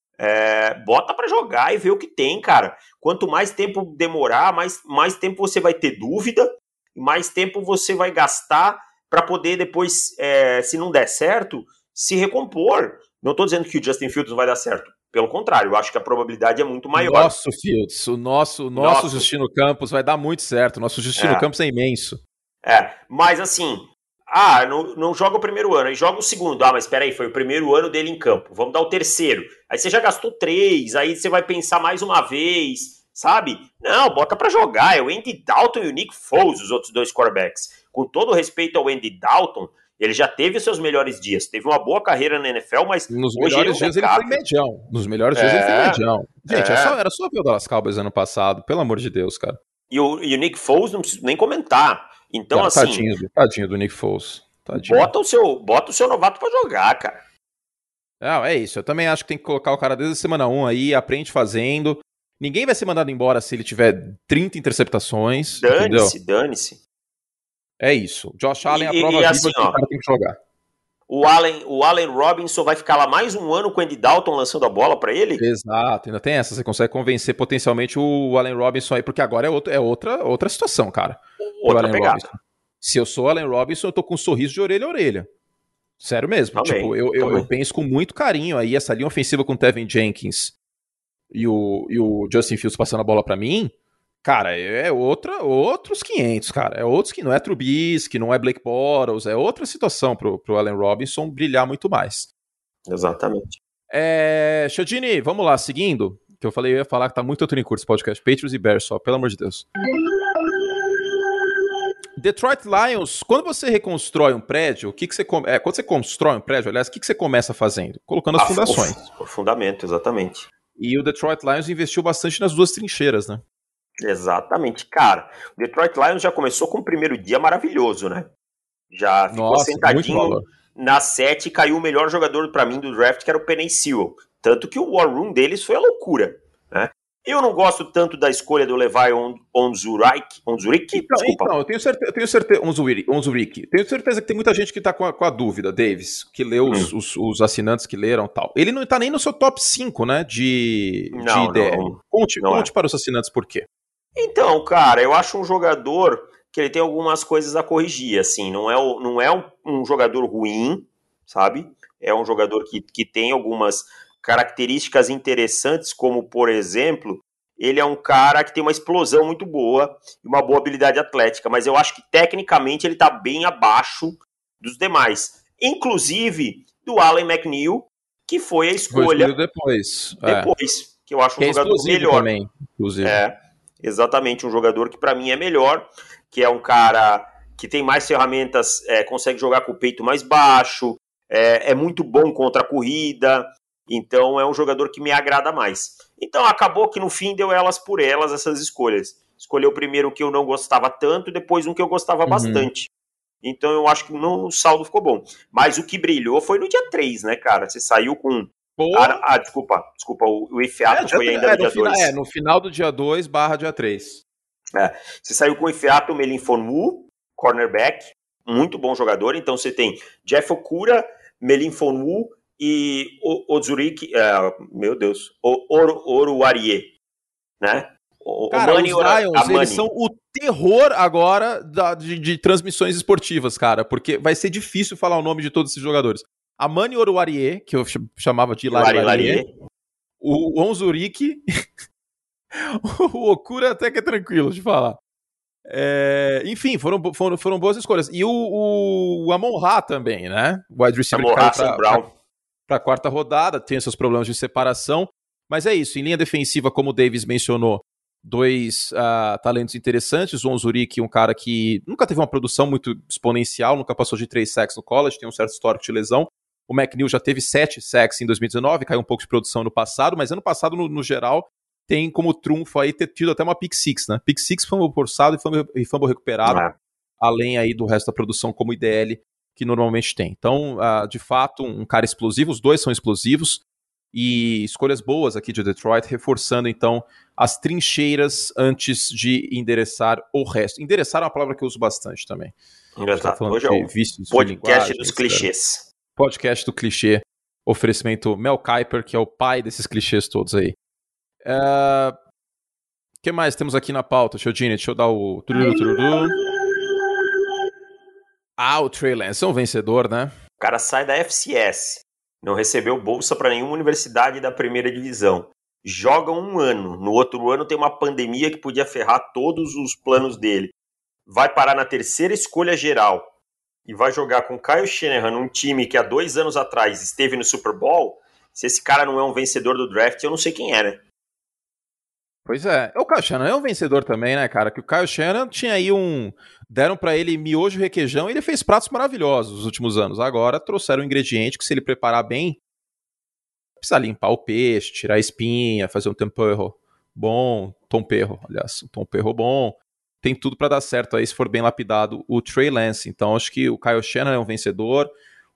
Bota pra jogar e ver o que tem, cara. Quanto mais tempo demorar, mais tempo você vai ter dúvida, mais tempo você vai gastar para poder depois, se não der certo, se recompor. Não tô dizendo que o Justin Fields não vai dar certo. Pelo contrário, eu acho que a probabilidade é muito maior. Nosso Fields, o nosso Justino Campos vai dar muito certo. Nosso Justino Campos é imenso. Mas assim, não joga o primeiro ano, aí joga o segundo. Mas espera aí, foi o primeiro ano dele em campo. Vamos dar o terceiro. Aí você já gastou 3, aí você vai pensar mais uma vez, sabe? Não, bota pra jogar. É o Andy Dalton e o Nick Foles, os outros 2 quarterbacks. Com todo respeito ao Andy Dalton, ele já teve os seus melhores dias. Teve uma boa carreira na NFL, mas nos melhores dias ele foi medião. Nos melhores dias ele foi medião. Gente, era só ver o Dallas Cowboys ano passado, pelo amor de Deus, cara. E o Nick Foles não preciso nem comentar. Então, assim... Tadinho do Nick Foles. Tadinho. Bota o seu novato pra jogar, cara. Não, é isso. Eu também acho que tem que colocar o cara desde a semana 1 aí, aprende fazendo. Ninguém vai ser mandado embora se ele tiver 30 interceptações. Dane-se. É isso. Josh Allen é a prova viva assim, que o cara tem que jogar. O Allen Robinson vai ficar lá mais um ano com o Andy Dalton lançando a bola pra ele? Exato, ainda tem essa. Você consegue convencer potencialmente o Allen Robinson aí, porque agora é outra situação, cara. Outra pegada. Robinson. Se eu sou Allen Robinson, eu tô com um sorriso de orelha a orelha. Sério mesmo. Também, tipo, eu penso com muito carinho aí essa linha ofensiva com o Tevin Jenkins e o Justin Fields passando a bola pra mim. Cara, outros 500, cara. É outros que não é Trubisky, não é Blake Bortles, é outra situação pro Allen Robinson brilhar muito mais. Exatamente. Chodini, vamos lá, seguindo, que eu ia falar que tá muito outro em curso esse podcast, Patriots e Bears só, pelo amor de Deus. Detroit Lions, quando você reconstrói um prédio, quando você constrói um prédio, aliás, o que você começa fazendo? Colocando as fundações. O fundamento, exatamente. E o Detroit Lions investiu bastante nas 2 trincheiras, né? Exatamente, cara. O Detroit Lions já começou com o primeiro dia maravilhoso, né? Já ficou sentadinho na 7 e caiu o melhor jogador pra mim do draft, que era o Penei Sewell. Tanto que o war room deles foi a loucura, né? Eu não gosto tanto da escolha do Levi Onwuzurike. Então, eu tenho certeza, Onwuzurike. Tenho certeza que tem muita gente que tá com a dúvida, Davis, que leu os assinantes que leram e tal. Ele não tá nem no seu top 5, né, de ideia. Conte para os assinantes por quê. Então, cara, eu acho um jogador que ele tem algumas coisas a corrigir, assim, não é um jogador ruim, sabe? É um jogador que tem algumas características interessantes, como, por exemplo, ele é um cara que tem uma explosão muito boa e uma boa habilidade atlética, mas eu acho que tecnicamente ele tá bem abaixo dos demais, inclusive do Allen McNeil, que foi a escolha depois, que eu acho um jogador melhor também, inclusive. exatamente um jogador que para mim é melhor, que é um cara que tem mais ferramentas, consegue jogar com o peito mais baixo, é muito bom contra a corrida, então é um jogador que me agrada mais. Então acabou que no fim deu elas por elas essas escolhas. Escolheu primeiro um que eu não gostava tanto, depois um que eu gostava bastante. Então eu acho que o saldo ficou bom. Mas o que brilhou foi no dia 3, né, cara? Você saiu com... desculpa, o Ifeato foi ainda no dia 2. No final do dia 2 / dia 3. Você saiu com o Ifeato, Melinfonwu, cornerback, muito bom jogador. Então você tem Jeff Okura, Melinfonwu e Ozuriki, Oruwariye, né? Cara, os Lions, eles são o terror agora de transmissões esportivas, cara, porque vai ser difícil falar o nome de todos esses jogadores. Amani Oruwariye, que eu chamava de Lariye, o Onzuriki, o Okura até que é tranquilo de falar. Enfim, foram boas escolhas. E o Amon-Ra também, né? O wide receiver que caiu para a quarta rodada, tem seus problemas de separação, mas é isso. Em linha defensiva, como o Davis mencionou, 2 talentos interessantes. O Onzuriki, um cara que nunca teve uma produção muito exponencial, nunca passou de 3 sacks no college, tem um certo histórico de lesão. O McNeil já teve 7 sacks em 2019, caiu um pouco de produção no passado, mas ano passado, no geral, tem como trunfo aí ter tido até uma pick six, né? Pick six, fumble forçado e fumble recuperado, além aí do resto da produção como IDL que normalmente tem. Então, de fato, um cara explosivo, os dois são explosivos, e escolhas boas aqui de Detroit, reforçando então as trincheiras antes de endereçar o resto. Endereçar é uma palavra que eu uso bastante também. Exato. Hoje é o podcast dos clichês. Podcast do clichê, oferecimento Mel Kiper, que é o pai desses clichês todos aí. O que mais temos aqui na pauta, Chiodini? Deixa eu dar o... o Trey Lance é um vencedor, né? O cara sai da FCS, não recebeu bolsa para nenhuma universidade da primeira divisão, joga um ano, no outro ano tem uma pandemia que podia ferrar todos os planos dele, vai parar na terceira escolha geral e vai jogar com Kyle Shanahan, um time que há 2 anos atrás esteve no Super Bowl. Se esse cara não é um vencedor do draft, eu não sei quem é, né? Pois é. O Kyle Shanahan é um vencedor também, né, cara? Que o Kyle Shanahan tinha aí deram pra ele miojo e requeijão e ele fez pratos maravilhosos nos últimos anos. Agora trouxeram um ingrediente que, se ele preparar bem, precisa limpar o peixe, tirar a espinha, fazer um tempero bom, um tempero bom. Tem tudo pra dar certo aí, se for bem lapidado, o Trey Lance. Então, acho que o Kyle Shanahan é um vencedor.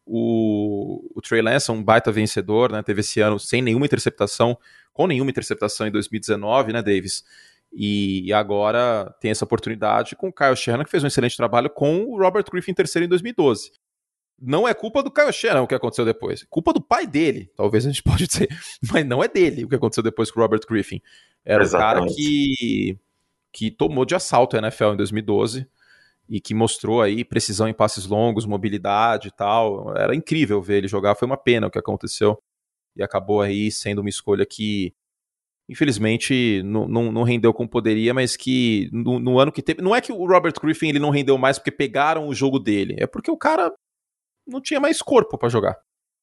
O Trey Lance é um baita vencedor, né? Teve esse ano sem nenhuma interceptação, com nenhuma interceptação em 2019, né, Davis? E agora tem essa oportunidade com o Kyle Shanahan, que fez um excelente trabalho com o Robert Griffin III em 2012. Não é culpa do Kyle Shanahan o que aconteceu depois. É culpa do pai dele, talvez a gente pode dizer. Mas não é dele o que aconteceu depois com o Robert Griffin. Era o cara que tomou de assalto a NFL em 2012 e que mostrou aí precisão em passes longos, mobilidade e tal. Era incrível ver ele jogar. Foi uma pena o que aconteceu. E acabou aí sendo uma escolha que, infelizmente, não rendeu como poderia, mas que no ano que teve... Não é que o Robert Griffin ele não rendeu mais porque pegaram o jogo dele. É porque o cara não tinha mais corpo pra jogar.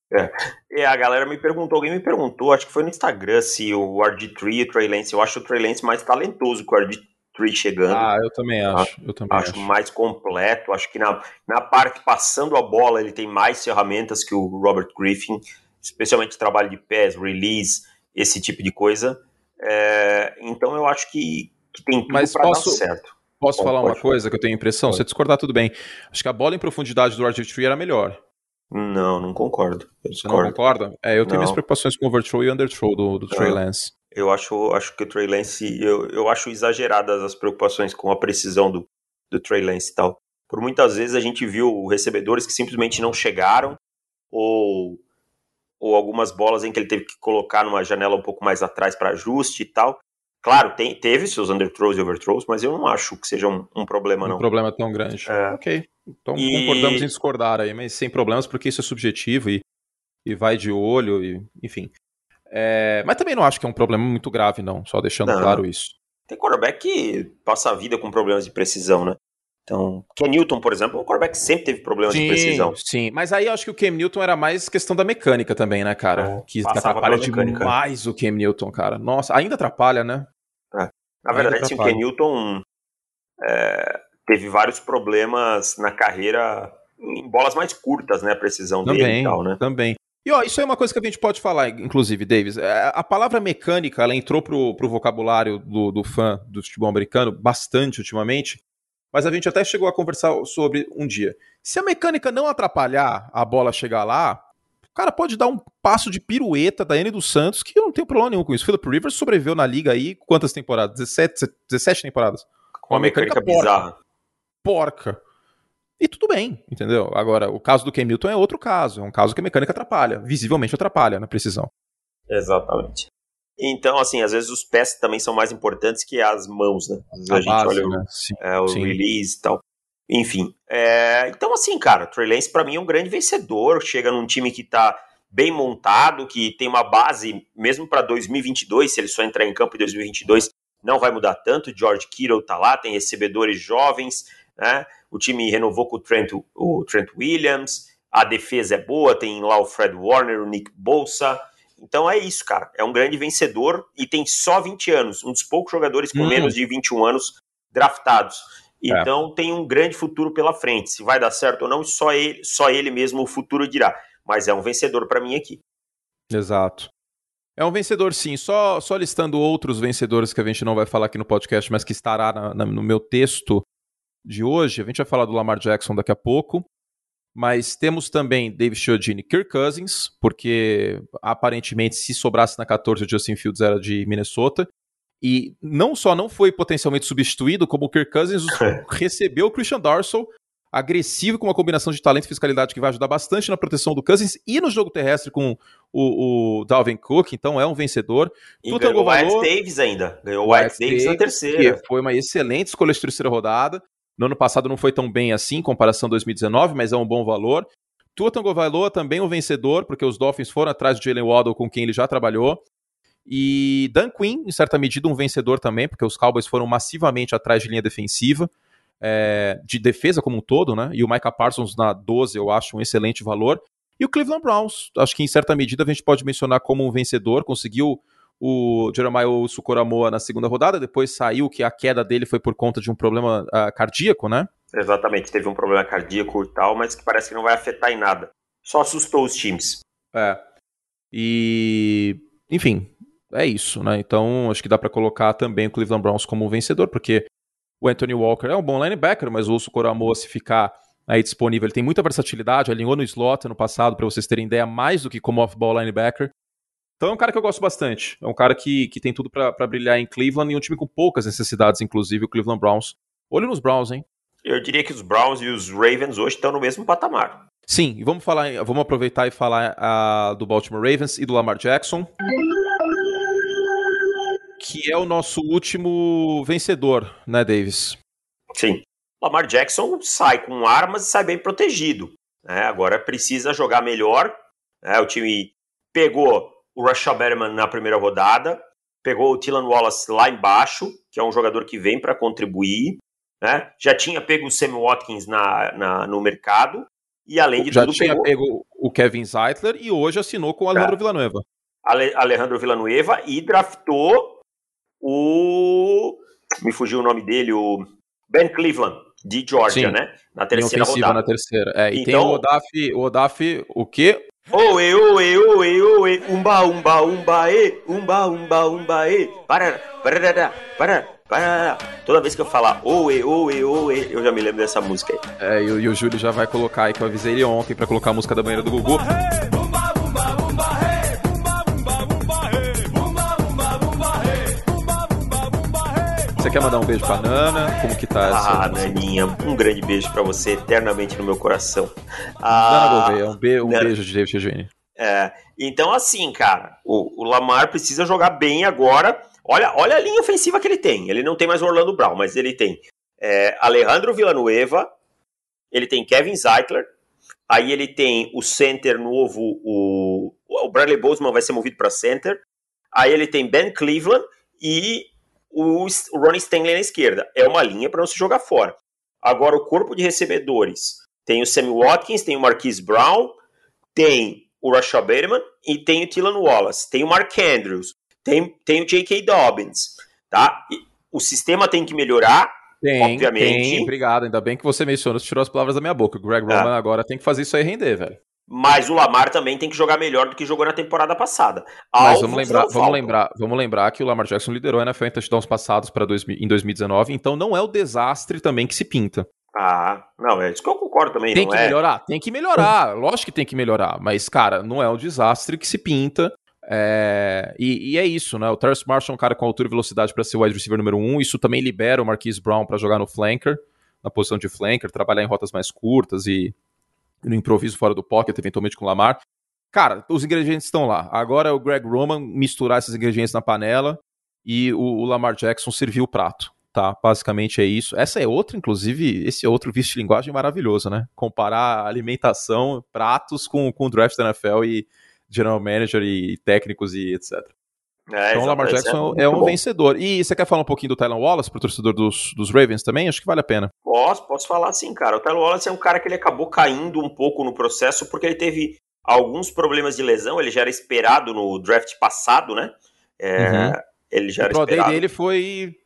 A galera alguém me perguntou, acho que foi no Instagram, se o RG3 e o Trey Lance, eu acho o Trey Lance mais talentoso que o RG3 chegando. Eu também acho. Acho mais completo, acho que na parte passando a bola ele tem mais ferramentas que o Robert Griffin, especialmente trabalho de pés, release, esse tipo de coisa. Então eu acho que tem tudo para dar certo. Posso falar uma coisa que eu tenho a impressão? Se você discordar, tudo bem. Acho que a bola em profundidade do RG3 era melhor. Não concordo. Você não concorda? Eu tenho minhas preocupações com o overthrow e underthrow do Trey Lance. Eu acho que o Trey Lance... Eu acho exageradas as preocupações com a precisão do Trey Lance e tal. Por muitas vezes a gente viu recebedores que simplesmente não chegaram ou algumas bolas em que ele teve que colocar numa janela um pouco mais atrás para ajuste e tal. Claro, teve seus underthrows e overthrows, mas eu não acho que seja um problema, não. Um problema tão grande. Ok, então concordamos em discordar aí, mas sem problemas, porque isso é subjetivo e vai de olho, enfim. Mas também não acho que é um problema muito grave, não, só deixando claro isso. Tem quarterback que passa a vida com problemas de precisão, né? Então, Cam Newton, por exemplo, o quarterback sempre teve problemas de precisão. Sim, mas aí eu acho que o Cam Newton era mais questão da mecânica também, né, cara? Que atrapalha demais o Cam Newton, cara. Nossa, ainda atrapalha, né? Na verdade, sim, o Ken Newton teve vários problemas na carreira em bolas mais curtas, né? A precisão dele e tal, né? Também. E isso é uma coisa que a gente pode falar, inclusive, Davis. A palavra mecânica, ela entrou pro vocabulário do fã do futebol americano bastante ultimamente, mas a gente até chegou a conversar sobre um dia. Se a mecânica não atrapalhar a bola chegar lá, o cara pode dar um passo de pirueta da N dos Santos, que eu não tenho problema nenhum com isso. Philip Rivers sobreviveu na liga aí, quantas temporadas? 17 temporadas. Com uma mecânica bizarra. Porca. E tudo bem, entendeu? Agora, o caso do Ken Newton é outro caso. É um caso que a mecânica atrapalha, visivelmente atrapalha na precisão. Exatamente. Então, assim, às vezes os pés também são mais importantes que as mãos, né? Às vezes a gente base, olha né? o release e tal. Enfim. Então, assim, cara, o Trey Lance pra mim é um grande vencedor. Chega num time que tá bem montado, que tem uma base, mesmo pra 2022, se ele só entrar em campo em 2022, não vai mudar tanto. George Kittle tá lá, tem recebedores jovens, né? O time renovou com o Trent Williams, a defesa é boa, tem lá o Fred Warner, o Nick Bosa. Então é isso, cara. É um grande vencedor e tem só 20 anos. Um dos poucos jogadores com menos de 21 anos draftados. Então tem um grande futuro pela frente. Se vai dar certo ou não, só ele mesmo o futuro dirá. Mas é um vencedor para mim aqui. Exato. É um vencedor, sim. Só listando outros vencedores que a gente não vai falar aqui no podcast, mas que estará no meu texto de hoje. A gente vai falar do Lamar Jackson daqui a pouco. Mas temos também David Chiodini e Kirk Cousins, porque aparentemente se sobrasse na 14 o Justin Fields era de Minnesota. E não só não foi potencialmente substituído, como o Kirk Cousins recebeu o Christian Darsow, agressivo, com uma combinação de talento e fiscalidade que vai ajudar bastante na proteção do Cousins e no jogo terrestre com o Dalvin Cook, então é um vencedor. E ganhou o Wyatt Davis ainda, ganhou o Wyatt Davis na terceira. Que foi uma excelente escolha de terceira rodada. No ano passado não foi tão bem assim, em comparação a 2019, mas é um bom valor. Tua Tagovailoa também um vencedor, porque os Dolphins foram atrás de Jalen Waddle, com quem ele já trabalhou. E Dan Quinn, em certa medida, um vencedor também, porque os Cowboys foram massivamente atrás de linha defensiva, de defesa como um todo, né? E o Micah Parsons na 12 eu acho um excelente valor. E o Cleveland Browns, acho que em certa medida a gente pode mencionar como um vencedor, conseguiu o Jeremiah Owusu-Koramoah na segunda rodada, depois saiu que a queda dele foi por conta de um problema cardíaco, né? Exatamente, teve um problema cardíaco e tal, mas que parece que não vai afetar em nada. Só assustou os times. E, enfim, é isso, né? Então, acho que dá pra colocar também o Cleveland Browns como um vencedor, porque o Anthony Walker é um bom linebacker, mas o Owusu-Koramoah, se ficar aí disponível, ele tem muita versatilidade, alinhou no slot ano passado, pra vocês terem ideia, mais do que como off-ball linebacker. Então é um cara que eu gosto bastante. É um cara que tem tudo pra brilhar em Cleveland e um time com poucas necessidades, inclusive o Cleveland Browns. Olho nos Browns, hein? Eu diria que os Browns e os Ravens hoje estão no mesmo patamar. Sim, e vamos aproveitar e falar do Baltimore Ravens e do Lamar Jackson, que é o nosso último vencedor, né, Davis? Sim. Lamar Jackson sai com armas e sai bem protegido, né? Agora precisa jogar melhor, né? O time pegou o Rashad Bateman na primeira rodada, pegou o Tylan Wallace lá embaixo, que é um jogador que vem para contribuir, né? Já tinha pego o Sammy Watkins no mercado, e além de tudo já tinha pego o Kevin Zeitler e hoje assinou com o Alejandro Villanueva. Alejandro Villanueva e draftou me fugiu o nome dele, o Ben Cleveland, de Georgia, né? Na terceira rodada. Na terceira. E então, tem o Odafe, o quê? Oe, umba, umba, umba, umba, umba, umba, para. Toda vez que eu falar oe, eu já me lembro dessa música aí. E o Júlio já vai colocar aí, que eu avisei ele ontem pra colocar a música da banheira do Gugu. Você quer mandar um beijo pra Nana? Como que tá essa? Naninha, um grande beijo pra você, eternamente no meu coração. Nana Gouveia, um beijo de David Eugênio. Então assim, cara, o Lamar precisa jogar bem agora. Olha a linha ofensiva que ele tem. Ele não tem mais o Orlando Brown, mas ele tem Alejandro Villanueva, ele tem Kevin Zeitler, aí ele tem o center novo, o Bradley Bozeman vai ser movido para center, aí ele tem Ben Cleveland e o Ronnie Stanley na esquerda. É uma linha para não se jogar fora. Agora, o corpo de recebedores tem o Sammy Watkins, tem o Marquise Brown, tem o Rashad Bateman e tem o Tylan Wallace, tem o Mark Andrews, tem o J.K. Dobbins, tá? o sistema tem que melhorar, obviamente. Tem, obrigado. Ainda bem que você mencionou, você tirou as palavras da minha boca. O Greg Roman agora tem que fazer isso aí render, velho. Mas o Lamar também tem que jogar melhor do que jogou na temporada passada. Mas vamos lembrar que o Lamar Jackson liderou a NFL em touchdowns passados em 2019, então não é o desastre também que se pinta. Não, é isso que eu concordo também. Tem que melhorar, lógico que tem que melhorar, mas, cara, não é o desastre que se pinta. E é isso, né? O Terrace Marshall é um cara com altura e velocidade para ser o wide receiver número 1, isso também libera o Marquise Brown para jogar no flanker, na posição de flanker, trabalhar em rotas mais curtas e no improviso fora do pocket, eventualmente com o Lamar. Cara, os ingredientes estão lá. Agora é o Greg Roman misturar esses ingredientes na panela e o Lamar Jackson servir o prato, tá? Basicamente é isso. Esse é outro vício de linguagem maravilhoso, né? Comparar alimentação, pratos com o draft da NFL e general manager e técnicos e etc. Então o Lamar Jackson é um vencedor. E você quer falar um pouquinho do Tylan Wallace pro torcedor dos Ravens também? Acho que vale a pena. Posso falar sim, cara. O Tylan Wallace é um cara que ele acabou caindo um pouco no processo porque ele teve alguns problemas de lesão. Ele já era esperado no draft passado, né? Ele já era esperado. O pro day dele foi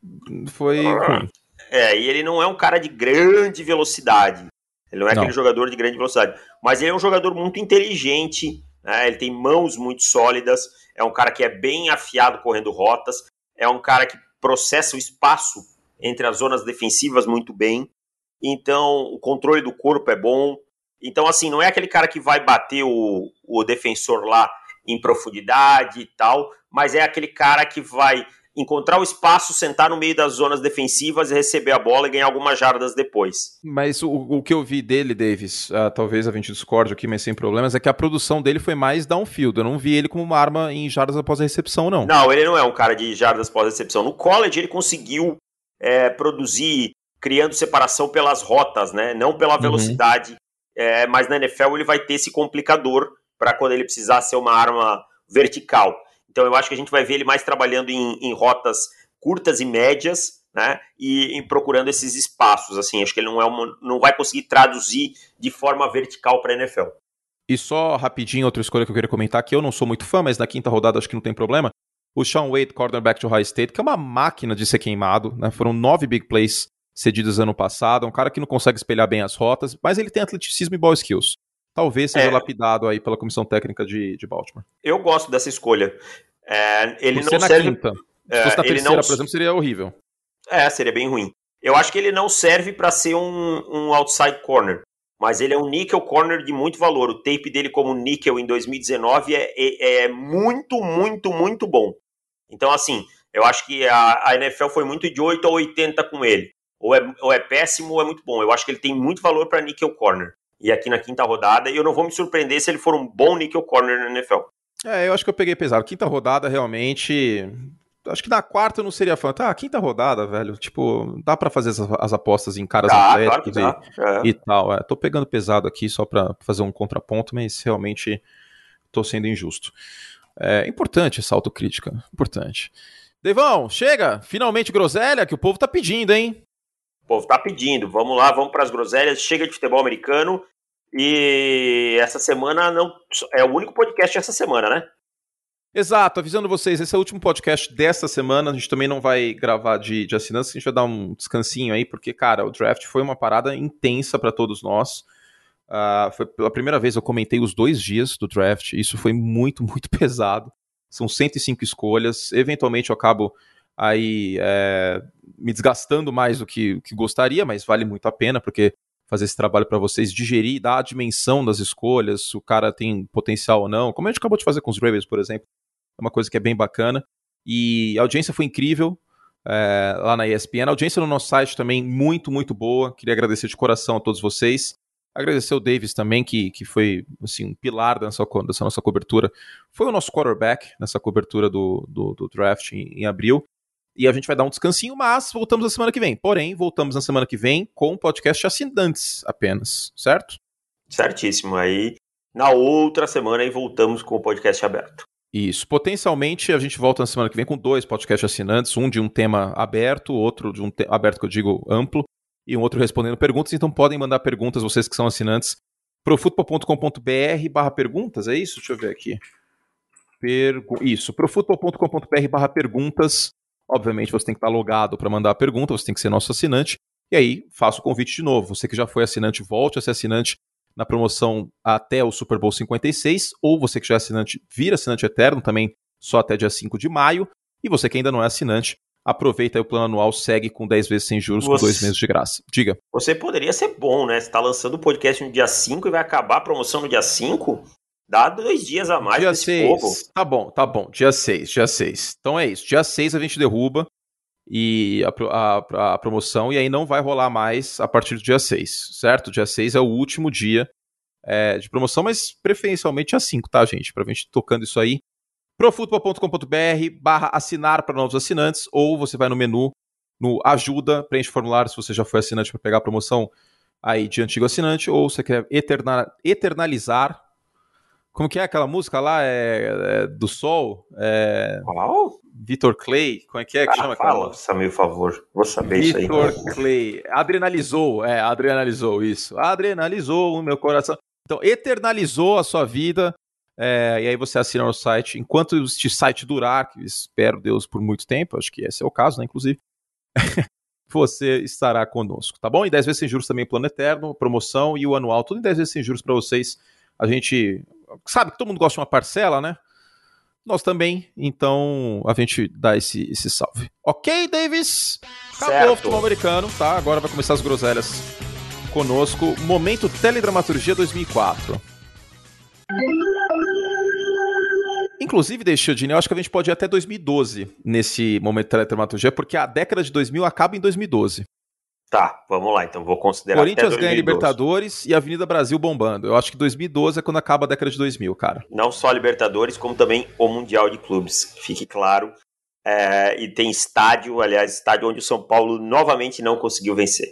ruim. E ele não é um cara de grande velocidade. Ele não é aquele jogador de grande velocidade. Mas ele é um jogador muito inteligente, né? Ele tem mãos muito sólidas. É um cara que é bem afiado correndo rotas. É um cara que processa o espaço entre as zonas defensivas muito bem. Então, o controle do corpo é bom. Então, assim, não é aquele cara que vai bater o defensor lá em profundidade e tal, mas é aquele cara que vai encontrar o espaço, sentar no meio das zonas defensivas e receber a bola e ganhar algumas jardas depois. Mas o que eu vi dele, Davis, talvez a gente discorde aqui, mas sem problemas, é que a produção dele foi mais downfield. Eu não vi ele como uma arma em jardas após a recepção, não. Não, ele não é um cara de jardas após a recepção. No college ele conseguiu produzir, criando separação pelas rotas, né? Não pela velocidade, mas na NFL ele vai ter esse complicador para quando ele precisar ser uma arma vertical. Então eu acho que a gente vai ver ele mais trabalhando em rotas curtas e médias, né? E procurando esses espaços, assim. Acho que ele não vai conseguir traduzir de forma vertical para a NFL. E só rapidinho, outra escolha que eu queria comentar, que eu não sou muito fã, mas na quinta rodada acho que não tem problema. O Shaun Wade, cornerback de Ohio State, que é uma máquina de ser queimado, né? Foram 9 big plays cedidos ano passado, é um cara que não consegue espelhar bem as rotas, mas ele tem atleticismo e ball skills. Talvez seja lapidado aí pela comissão técnica de Baltimore. Eu gosto dessa escolha. Ele Por não ser serve... na quinta. Se fosse na terceira, por exemplo, seria horrível. Seria bem ruim. Eu acho que ele não serve para ser um outside corner, mas ele é um nickel corner de muito valor. O tape dele como nickel em 2019 é muito, muito, muito bom. Então, assim, eu acho que a NFL foi muito de 8 a 80 com ele. Ou é péssimo ou é muito bom. Eu acho que ele tem muito valor para nickel corner. E aqui na quinta rodada, eu não vou me surpreender se ele for um bom nickel corner na NFL. Eu acho que eu peguei pesado. Quinta rodada, realmente... Acho que na quarta eu não seria fã. Quinta rodada, velho. Tipo, dá pra fazer as apostas em caras atléticos e tal. Tô pegando pesado aqui só pra fazer um contraponto, mas realmente tô sendo injusto. É importante essa autocrítica. Importante. Devão, chega! Finalmente groselha, que o povo tá pedindo, hein? O povo tá pedindo. Vamos lá, vamos pras groselhas. Chega de futebol americano. E essa semana não é o único podcast essa semana, né? Exato, avisando vocês, esse é o último podcast dessa semana, a gente também não vai gravar de assinantes, a gente vai dar um descansinho aí, porque, cara, o draft foi uma parada intensa para todos nós. Foi pela primeira vez eu comentei os 2 dias do draft, isso foi muito, muito pesado. São 105 escolhas, eventualmente eu acabo aí me desgastando mais do que gostaria, mas vale muito a pena, porque fazer esse trabalho para vocês, digerir, dar a dimensão das escolhas, se o cara tem potencial ou não, como a gente acabou de fazer com os Ravens, por exemplo, é uma coisa que é bem bacana, e a audiência foi incrível lá na ESPN, a audiência no nosso site também muito, muito boa, queria agradecer de coração a todos vocês, agradecer o Davis também, que foi assim, um pilar dessa nossa cobertura, foi o nosso quarterback nessa cobertura do draft em abril. E a gente vai dar um descansinho, mas voltamos na semana que vem. Porém, voltamos na semana que vem com o podcast assinantes apenas, certo? Certíssimo. Aí, na outra semana, aí voltamos com o podcast aberto. Isso. Potencialmente, a gente volta na semana que vem com 2 podcasts assinantes, um de um tema aberto, outro de um tema aberto que eu digo amplo, e um outro respondendo perguntas. Então podem mandar perguntas, vocês que são assinantes, profutbol.com.br/perguntas, é isso? Deixa eu ver aqui. Isso, profutbol.com.br/perguntas. Obviamente você tem que estar logado para mandar a pergunta, você tem que ser nosso assinante. E aí, faço o convite de novo. Você que já foi assinante, volte a ser assinante na promoção até o Super Bowl 56, ou você que já é assinante, vira assinante eterno também só até dia 5 de maio. E você que ainda não é assinante, aproveita aí o plano anual, segue com 10 vezes sem juros, com 2 meses de graça. Diga. Você poderia ser bom, né? Você está lançando o podcast no dia 5 e vai acabar a promoção no dia 5? Dá 2 dias a mais dia 6. Tá bom. Dia 6. Então é isso. Dia 6 a gente derruba e a promoção, e aí não vai rolar mais a partir do dia 6, certo? Dia 6 é o último dia de promoção, mas preferencialmente dia 5, tá, gente? Pra gente tocando isso aí. profutbol.com.br/assinar para novos assinantes, ou você vai no menu, no ajuda, preenche o formulário se você já foi assinante para pegar a promoção aí de antigo assinante, ou você quer eternalizar. Como que é aquela música lá? Do Sol? Qual? Vitor Clay, como é que chama aquela? Fala, Samir, por favor. Vou saber isso aí. Vitor Clay. Adrenalizou isso. Adrenalizou o meu coração. Então, eternalizou a sua vida. E aí você assina no site. Enquanto este site durar, que espero, Deus, por muito tempo, acho que esse é o caso, né, inclusive, você estará conosco, tá bom? E 10 vezes sem juros também, plano eterno, promoção e o anual, tudo em 10 vezes sem juros para vocês. A gente sabe que todo mundo gosta de uma parcela, né? Nós também, então a gente dá esse salve. Ok, Davis? Acabou o futebol americano, tá? Agora vai começar as groselhas conosco. Momento Teledramaturgia 2004. Inclusive, Deixadinho, eu acho que a gente pode ir até 2012 nesse momento Teledramaturgia, porque a década de 2000 acaba em 2012. Tá, vamos lá, então vou considerar Corinthians ganha Libertadores e Avenida Brasil bombando. Eu acho que 2012 é quando acaba a década de 2000, cara. Não só a Libertadores, como também o Mundial de Clubes, fique claro. E tem estádio onde o São Paulo novamente não conseguiu vencer.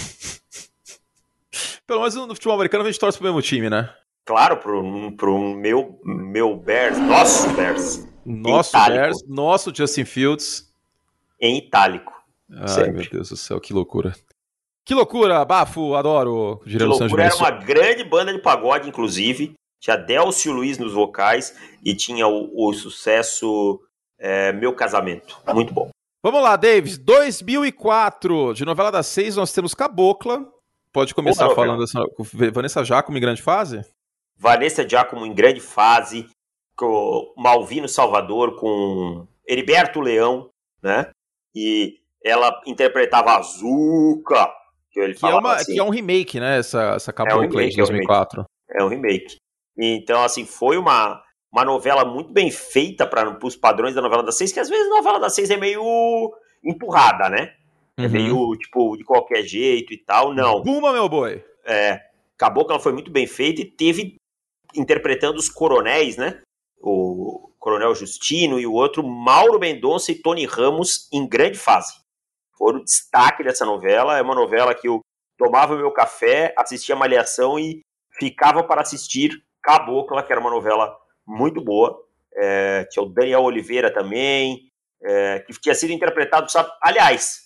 Pelo menos no futebol americano a gente torce pro mesmo time, né? Claro, pro meu Bears, nosso Bears. Nosso Bears, nosso Justin Fields. Em itálico. Ai, sempre. Meu Deus do céu, que loucura. Que loucura, bafo, adoro. Que loucura, era uma grande banda de pagode, inclusive. Tinha Delcio Luiz nos vocais e tinha o sucesso Meu Casamento. Muito bom. Vamos lá, Davis. 2004, de novela das 6, nós temos Cabocla. Pode começar falando dessa Vanessa Giacomo em grande fase? Vanessa Giacomo em grande fase, com Malvino Salvador, com Heriberto Leão, né? E ela interpretava a Zuca, que é um remake, né? Essa Cabocla de 2004. É um remake. Então, assim, foi uma novela muito bem feita para os padrões da novela das 6, que às vezes a novela das 6 é meio empurrada, né? É meio, tipo, de qualquer jeito e tal. Não. Puma, meu boi! Cabocla foi muito bem feita e teve, interpretando os coronéis, né? O Coronel Justino e o outro, Mauro Mendonça e Tony Ramos, em grande fase. Foram o destaque dessa novela. É uma novela que eu tomava meu café, assistia Malhação e ficava para assistir Cabocla, que era uma novela muito boa. Tinha o Daniel Oliveira também, que tinha sido interpretado, sabe? Aliás,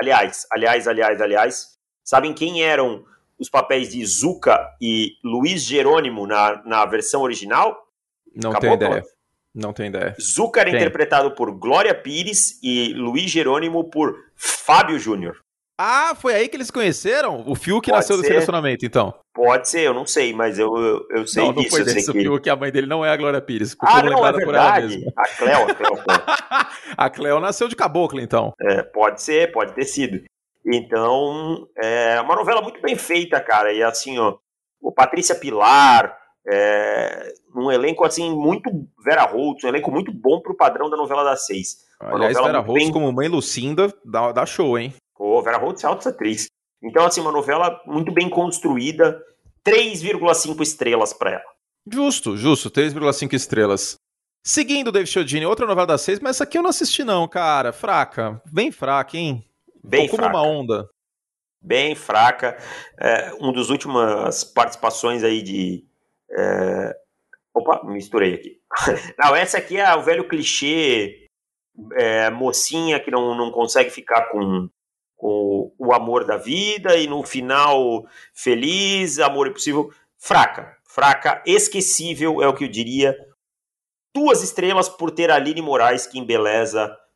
sabem quem eram os papéis de Zuca e Luiz Jerônimo na versão original? Não tenho ideia. Zuca era interpretado por Glória Pires e Luiz Jerônimo por Fábio Júnior. Ah, foi aí que eles conheceram? O Fiuk nasceu desse relacionamento, então? Pode ser, eu não sei, mas eu sei disso. Não foi desse, o Fiuk, a mãe dele não é a Glória Pires. Não, é verdade. A Cleo. A Cleo nasceu de Cabocla, então. Pode ser, pode ter sido. Então, é uma novela muito bem feita, cara. E assim, o Patrícia Pilar, um elenco assim, muito Vera Holtz, um elenco muito bom pro padrão da novela das 6. Aliás, Vera Holtz como mãe Lucinda, dá show, hein? Vera Holtz é alta atriz. Então, assim, uma novela muito bem construída, 3,5 estrelas pra ela. Justo, 3,5 estrelas. Seguindo, David Chiodini, outra novela das 6, mas essa aqui eu não assisti não, cara. Fraca, bem fraca, hein? Bem como fraca. Uma onda. Bem fraca. Uma das últimas participações aí de... Opa, misturei aqui. Não, essa aqui é o velho clichê, mocinha que não consegue ficar com o amor da vida e no final feliz, amor impossível. Fraca, esquecível é o que eu diria. 2 estrelas por ter a Aline Moraes, que embeleza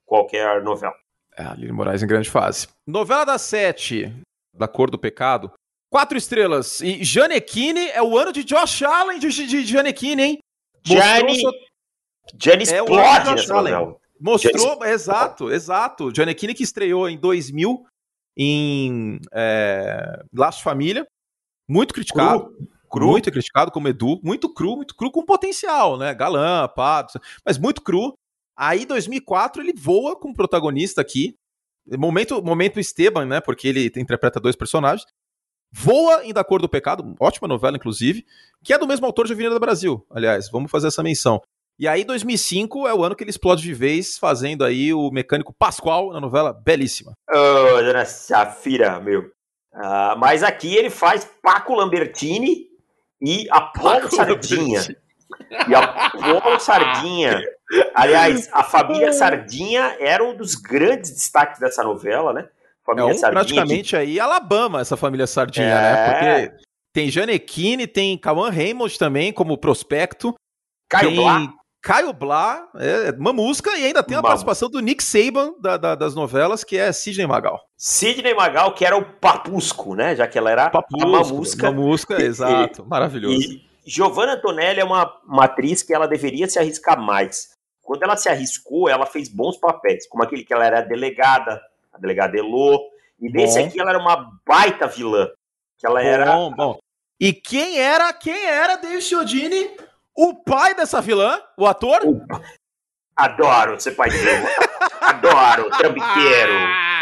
qualquer novela. A Aline Moraes em grande fase. Novela das 7, Da Cor do Pecado. 4 estrelas. E Gianecchini é o ano de Josh Allen de Gianecchini, hein? Gianni explode nessa novela. Mostrou, exato. Gianecchini que estreou em 2000 em Laços de Família. Muito criticado. Cru. Muito criticado como Edu. Muito cru com potencial, né? Galã, pá, mas muito cru. Aí, em 2004, ele voa como protagonista aqui. Momento Esteban, né? Porque ele interpreta 2 personagens. Voa em Da Cor do Pecado, ótima novela, inclusive, que é do mesmo autor de Avenida Brasil. Aliás, vamos fazer essa menção. E aí, 2005 é o ano que ele explode de vez, fazendo aí o mecânico Pascoal na novela belíssima. Ô, dona Safira, meu. Mas aqui ele faz Paco Lambertini e Apolo Sardinha. E Apolo Sardinha. Aliás, a família Sardinha era um dos grandes destaques dessa novela, né? Família Sardinha praticamente aí Alabama, essa família Sardinha, né? Porque tem Gianecchini, tem Cauã Raymond também como prospecto. Caio Blá, uma música, e ainda tem a participação do Nick Saban das novelas, que é Sidney Magal. Sidney Magal, que era o Papusco, né? Já que ela era uma música. Exato, maravilhoso. E Giovanna Antonelli é uma atriz que ela deveria se arriscar mais. Quando ela se arriscou, ela fez bons papéis, como aquele que ela era a delegada Elô, e nesse aqui ela era uma baita vilã. Que ela era... Bom. E quem era Dave Chiodini? O pai dessa vilã, o ator? Adoro ser pai de vilã. Adoro, trambiqueiro.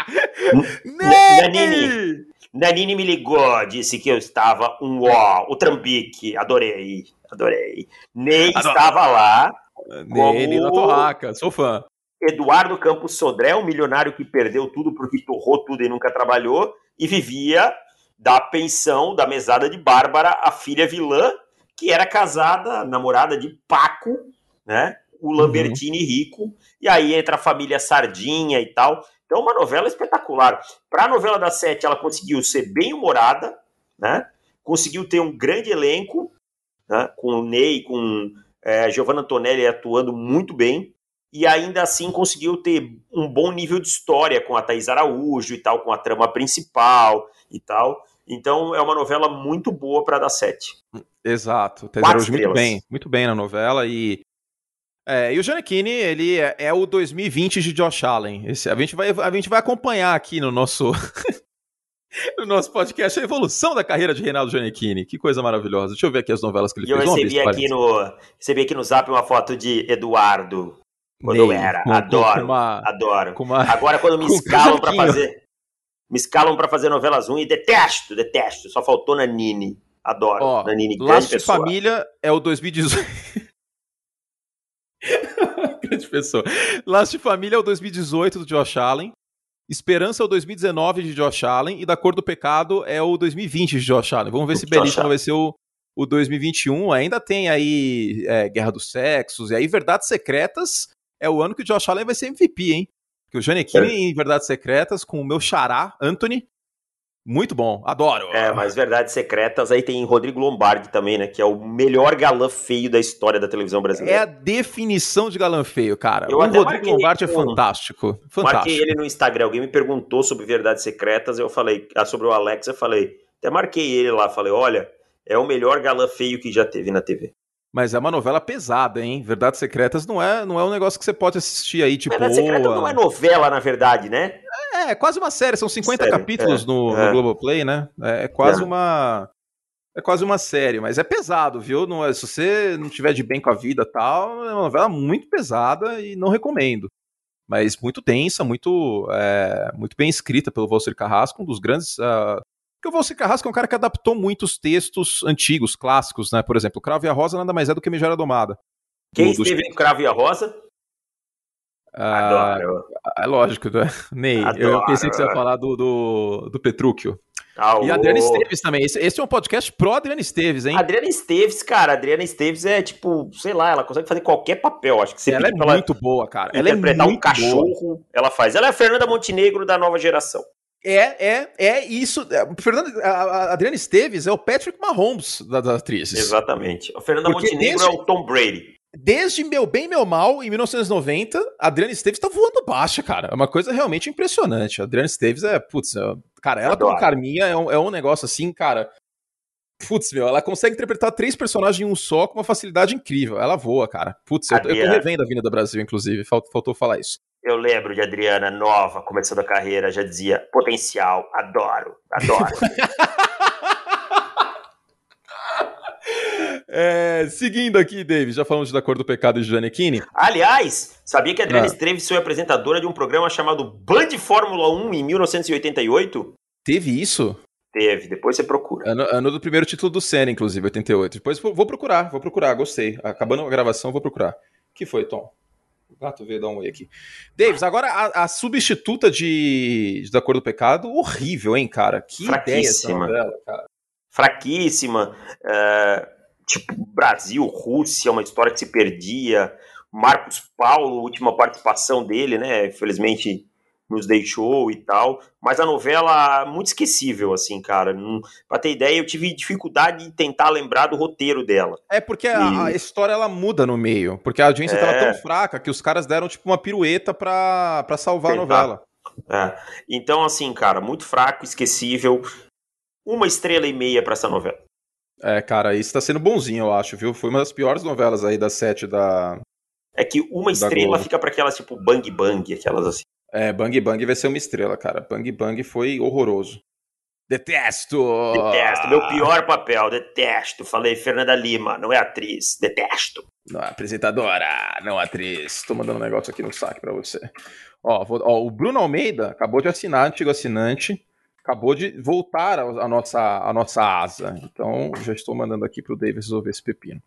Nanini me ligou, disse que eu estava o trambique. Adorei. Ney estava lá. Ney na torraca, sou fã. Eduardo Campos Sodré, um milionário que perdeu tudo porque torrou tudo e nunca trabalhou, e vivia da pensão, da mesada de Bárbara, a filha vilã, que era casada, namorada de Paco, né? O Lambertini rico, e aí entra a família Sardinha e tal. Então, uma novela espetacular. Para a novela das 7, ela conseguiu ser bem humorada, né? Conseguiu ter um grande elenco, né? Com o Ney, com Giovanna Antonelli atuando muito bem, e ainda assim conseguiu ter um bom nível de história com a Thaís Araújo e tal, com a trama principal e tal. Então, é uma novela muito boa para dar 7. Exato. Thaís Araújo muito bem na novela. E o Gianecchini, ele é o 2020 de Josh Allen. A gente vai acompanhar aqui no nosso no nosso podcast a evolução da carreira de Reinaldo Gianecchini. Que coisa maravilhosa. Deixa eu ver aqui as novelas que ele fez. Eu recebi aqui no Zap uma foto de Eduardo, quando eu era. Adoro. Agora, quando me escalam para fazer... Me escalam pra fazer novelas ruins e detesto. Só faltou Nanini. Adoro. Nanini, Laços de Família é o 2018. Grande pessoa. Laços de Família é o 2018 do Josh Allen. Esperança é o 2019 de Josh Allen. E Da Cor do Pecado é o 2020 de Josh Allen. Vamos ver se Belíssima vai ser o 2021. Ainda tem aí Guerra dos Sexos. E aí Verdades Secretas é o ano que o Josh Allen vai ser MVP, hein? Que o Gianecchini em Verdades Secretas com o meu xará, Anthony. Muito bom, adoro. Mas Verdades Secretas aí tem Rodrigo Lombardi também, né? Que é o melhor galã feio da história da televisão brasileira. É a definição de galã feio, cara. O Rodrigo Lombardi é fantástico. Marquei ele no Instagram. Alguém me perguntou sobre Verdades Secretas. Eu falei, sobre o Alex, eu falei. Até marquei ele lá. Falei, olha, é o melhor galã feio que já teve na TV. Mas é uma novela pesada, hein? Verdades Secretas não é um negócio que você pode assistir aí, tipo... Verdades Secretas não é novela, na verdade, né? É quase uma série, são 50 capítulos no Globoplay, né? É quase uma série, mas é pesado, viu? Se você não tiver de bem com a vida e tal, é uma novela muito pesada e não recomendo. Mas muito tensa, muito bem escrita pelo Walter Carrasco, um dos grandes... Porque o Walter Carrasco é um cara que adaptou muitos textos antigos, clássicos, né? Por exemplo, o Cravo e a Rosa nada mais é do que Megera Domada. Quem esteve no Cravo e a Rosa? Adoro. É lógico, né? Ney. Eu pensei que você ia falar do Petrúquio. E a Adriana Esteves também. Esse é um podcast pró Adriana Esteves, hein? Adriana Esteves, cara. Adriana Esteves é tipo, sei lá, ela consegue fazer qualquer papel. Acho que você ela é muito boa, cara. Ela interpretar um cachorro, boa. Ela faz. Ela é a Fernanda Montenegro da nova geração. É isso. A Adriana Esteves é o Patrick Mahomes das atrizes. Exatamente. A Fernanda Montenegro é o Tom Brady. Desde Meu Bem, Meu Mal, em 1990, a Adriana Esteves tá voando baixa, cara. É uma coisa realmente impressionante. A Adriana Esteves cara, ela como Carminha é um negócio assim, cara. Putz, meu, ela consegue interpretar 3 personagens em um só com uma facilidade incrível. Ela voa, cara. Putz, eu tô revendo a Avenida Brasil, inclusive. Faltou falar isso. Eu lembro de Adriana nova, começando a carreira, já dizia potencial, adoro. Seguindo aqui, David, já falamos da Cor do Pecado de Gianecchini. Aliás, sabia que a Adriana Esteves foi apresentadora de um programa chamado Band Fórmula 1 em 1988? Teve isso? Teve, depois você procura. Ano do primeiro título do Senna, inclusive, 88. Depois vou procurar, gostei. Acabando a gravação, vou procurar. O que foi, Tom? O gato veio dar um oi aqui. Davis, agora a substituta da Cor do Pecado, horrível, hein, cara? Que ideia essa novela, cara. Fraquíssima. Tipo, Brasil, Rússia, uma história que se perdia. Marcos Paulo, última participação dele, né? Infelizmente nos deixou e tal. Mas a novela, muito esquecível, assim, cara. Pra ter ideia, eu tive dificuldade de tentar lembrar do roteiro dela. É porque a história, ela muda no meio. Porque a audiência tava tão fraca que os caras deram, tipo, uma pirueta pra salvar a novela. Então, assim, cara, muito fraco, esquecível. 1,5 estrelas pra essa novela. Cara, isso tá sendo bonzinho, eu acho, viu? Foi uma das piores novelas aí das 7 da... É que 1 estrela Globo. Fica pra aquelas, tipo, Bang Bang, aquelas assim. Bang Bang vai ser 1 estrela, cara. Bang Bang foi horroroso. Detesto! Meu pior papel, detesto. Falei, Fernanda Lima, não é atriz, detesto. Não, apresentadora, não atriz. Tô mandando um negócio aqui no saque pra você. O Bruno Almeida acabou de assinar, antigo assinante, acabou de voltar a nossa asa. Então, já estou mandando aqui pro Davis resolver esse pepino.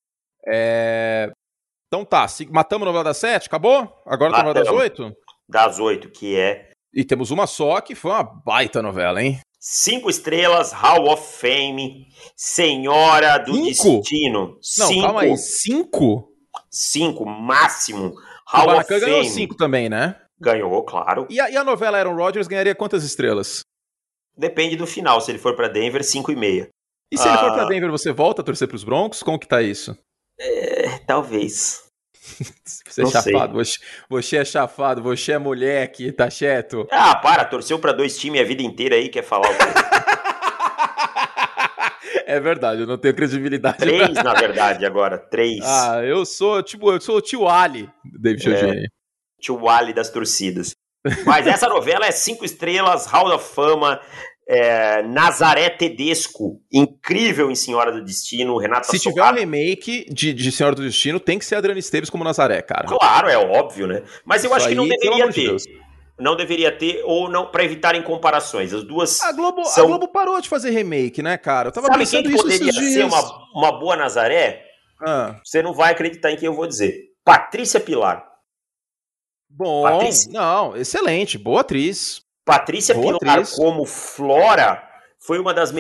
Então tá, matamos a novela das 7, acabou? Agora tá a novela das 8? Das 8, que é... E temos uma só, que foi uma baita novela, hein? 5 estrelas, Hall of Fame, Senhora do Destino. Não, 5. Calma aí, 5? 5, máximo. Hall of Fame. Ganhou 5 também, né? Ganhou, claro. E a novela Aaron Rodgers ganharia quantas estrelas? Depende do final. Se ele for pra Denver, 5,5. E se ele for pra Denver, você volta a torcer pros Broncos? Como que tá isso? Talvez. Você é chafado, você é chafado, você é mulher aqui, tá certo? Torceu pra 2 times a vida inteira aí, quer falar o quê? É verdade, eu não tenho credibilidade. 3, na verdade, agora, 3. Eu sou o tio Ali, David Eugênio. Tio Ali das torcidas. Mas essa novela é 5 estrelas, Hall of Fama, Nazaré Tedesco, incrível em Senhora do Destino, Renata Se tiver um remake de Senhora do Destino, tem que ser a Adriana Esteves como Nazaré, cara. Claro, é óbvio, né? Mas eu acho que não deveria ter. Não deveria ter, ou não, pra evitarem comparações. As duas A Globo parou de fazer remake, né, cara? Eu tava pensando quem poderia ser uma boa Nazaré? Você não vai acreditar em quem eu vou dizer. Patrícia Pilar. Bom, não, excelente, boa atriz. Patrícia Pilar como Flora foi uma das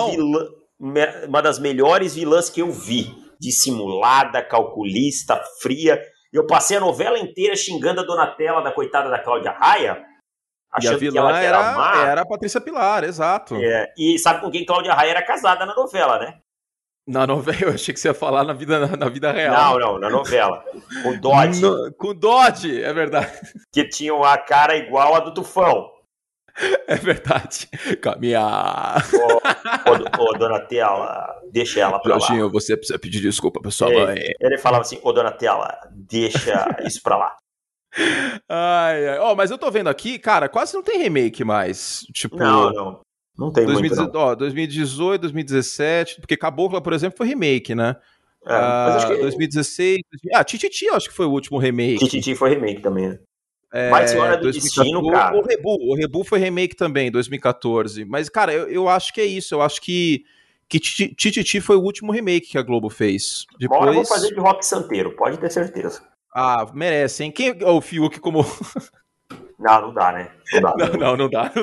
melhores vilãs que eu vi. Dissimulada, calculista, fria. Eu passei a novela inteira xingando a Donatella, da coitada da Cláudia Raia, achando que ela era má. Era a Patrícia Pilar, exato. E sabe com quem Cláudia Raia era casada na novela, né? Na novela, eu achei que você ia falar na vida real. Não, na novela. Com Dodge. Com Dodge, é verdade. Que tinha a cara igual a do Tufão. É verdade. Caminha. Ô, Donatella, deixa ela pra Jorginho, lá. você precisa pedir desculpa pra sua mãe. Ele falava assim, ô, Donatella, deixa isso pra lá. Mas eu tô vendo aqui, cara, quase não tem remake mais. Tipo, não tem 2018, 2017, porque Cabocla, por exemplo, foi remake, né? Mas acho que... 2016... Tititi, acho que foi o último remake. Tititi foi remake também, né? Mas Senhora do Destino, cara... O Rebu foi remake também, 2014. Mas, cara, eu acho que é isso. Eu acho que Tititi foi o último remake que a Globo fez. Depois... eu vou fazer de Rock Santeiro, pode ter certeza. Merece, hein? Quem é o Fiuk como... Não dá, né? Não dá.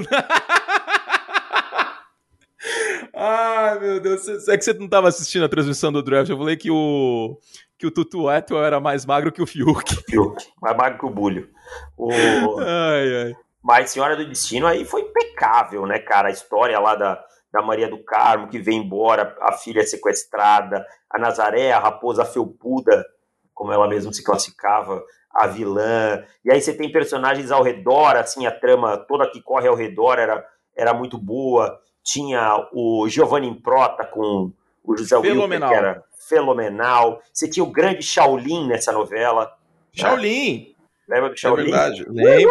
Ai, meu Deus. É que você não estava assistindo a transmissão do draft. Eu falei que o Tutu Atwell era mais magro que o Fiuk. Mais magro que o Bulho. Mas Senhora do Destino aí foi impecável, né, cara? A história lá da Maria do Carmo, que vem embora, a filha é sequestrada, a Nazaré, a raposa felpuda, como ela mesma se classificava, a vilã. E aí você tem personagens ao redor, assim, a trama toda que corre ao redor era muito boa. Tinha o Giovanni Improta com o José Wilker, que era fenomenal. Você tinha o grande Shaolin nessa novela. Shaolin! Né? Lembra do Shaolin? É verdade, lembro.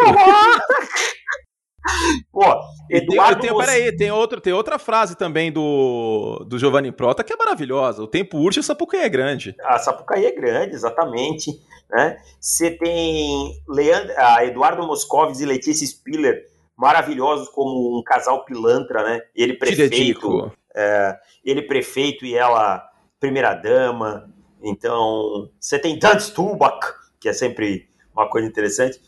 Pô, Eduardo... Peraí, tem outra frase também do Giovanni Improta que é maravilhosa. O tempo urge e a Sapucaí é grande. A Sapucaí é grande, exatamente. Né? Você tem Eduardo Moscovis e Letícia Spiller, maravilhosos como um casal pilantra, né? Ele prefeito e ela primeira-dama. Então, você tem Dan Stulbach, que é sempre uma coisa interessante.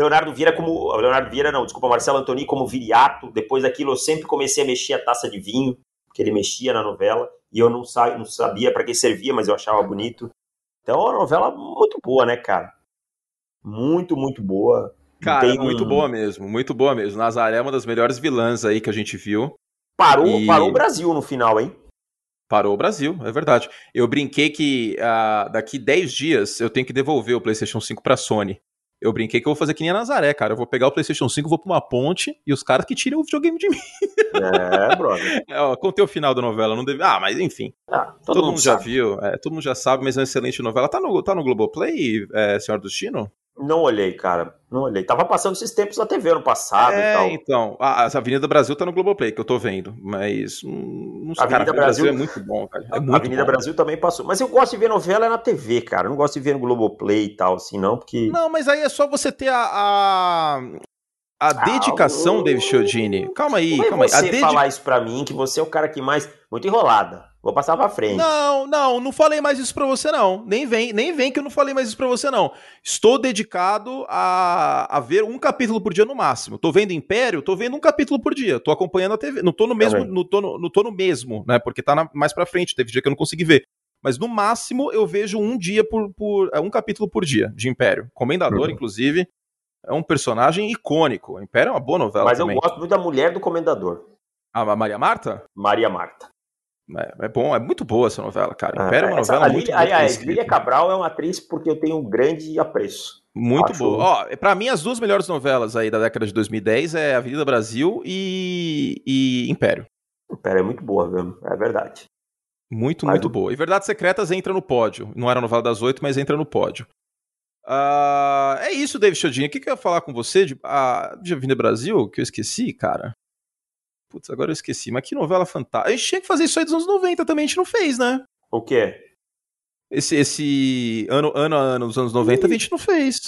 Marcelo Antoni como Viriato. Depois daquilo eu sempre comecei a mexer a taça de vinho, que ele mexia na novela, e eu não sabia para que servia, mas eu achava bonito. Então é uma novela muito boa, né, cara? Muito, muito boa. Cara, muito boa mesmo. Nazaré é uma das melhores vilãs aí que a gente viu. Parou o Brasil no final, hein? Parou o Brasil, é verdade. Eu brinquei que daqui 10 dias eu tenho que devolver o PlayStation 5 pra Sony. Eu brinquei que eu vou fazer que nem a Nazaré, cara. Eu vou pegar o PlayStation 5, vou pra uma ponte e os caras que tiram o videogame de mim. Brother. Contei o final da novela, não deve... mas enfim. Todo mundo já viu, todo mundo já sabe, mas é uma excelente novela. Tá no Globoplay, Senhora do Destino? Não olhei, cara. Não olhei. Tava passando esses tempos na TV ano passado e tal. Então. A Avenida Brasil tá no Globoplay, que eu tô vendo. Mas. Não sei, Avenida Brasil é muito bom, cara. A Avenida Brasil também passou. Mas eu gosto de ver novela na TV, cara. Eu não gosto de ver no Globoplay e tal, assim, não, porque. Não, mas aí é só você ter a dedicação, David Chiodini. Calma aí. Você falar isso pra mim, que você é o cara que mais. Muito enrolada. Vou passar pra frente. Não falei mais isso pra você, não. Nem vem que eu não falei mais isso pra você, não. Estou dedicado a ver um capítulo por dia no máximo. Tô vendo Império, tô vendo um capítulo por dia. Tô acompanhando a TV. Não tô no mesmo, não tô no mesmo, né? Porque tá mais pra frente. Teve dia que eu não consegui ver. Mas no máximo eu vejo um capítulo por dia de Império. Comendador, inclusive, é um personagem icônico. Império é uma boa novela também. Mas eu gosto muito da mulher do Comendador. A Maria Marta? Maria Marta. É bom, é muito boa essa novela, cara. Império é uma novela muito boa. Aliás, Lília Cabral é uma atriz porque eu tenho um grande apreço. Muito boa. Pra mim, as duas melhores novelas aí da década de 2010 é Avenida Brasil e Império. Império é muito boa, mesmo. É verdade. Muito boa. E Verdades Secretas entra no pódio. Não era a novela das 8, mas entra no pódio. É isso, David Chiodini. O que eu ia falar com você de Avenida Brasil, que eu esqueci, cara? Putz, agora eu esqueci. Mas que novela fantástica. A gente tinha que fazer isso aí dos anos 90 também, a gente não fez, né? O quê? Esse ano a ano dos anos 90 a gente não fez.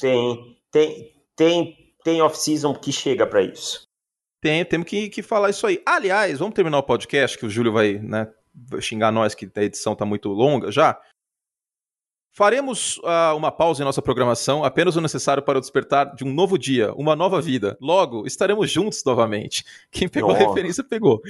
Tem off-season que chega pra isso. Temos que falar isso aí. Aliás, vamos terminar o podcast, que o Júlio vai xingar nós, que a edição tá muito longa já. Faremos uma pausa em nossa programação, apenas o necessário para o despertar de um novo dia, uma nova vida. Logo, estaremos juntos novamente. Quem pegou a referência, pegou.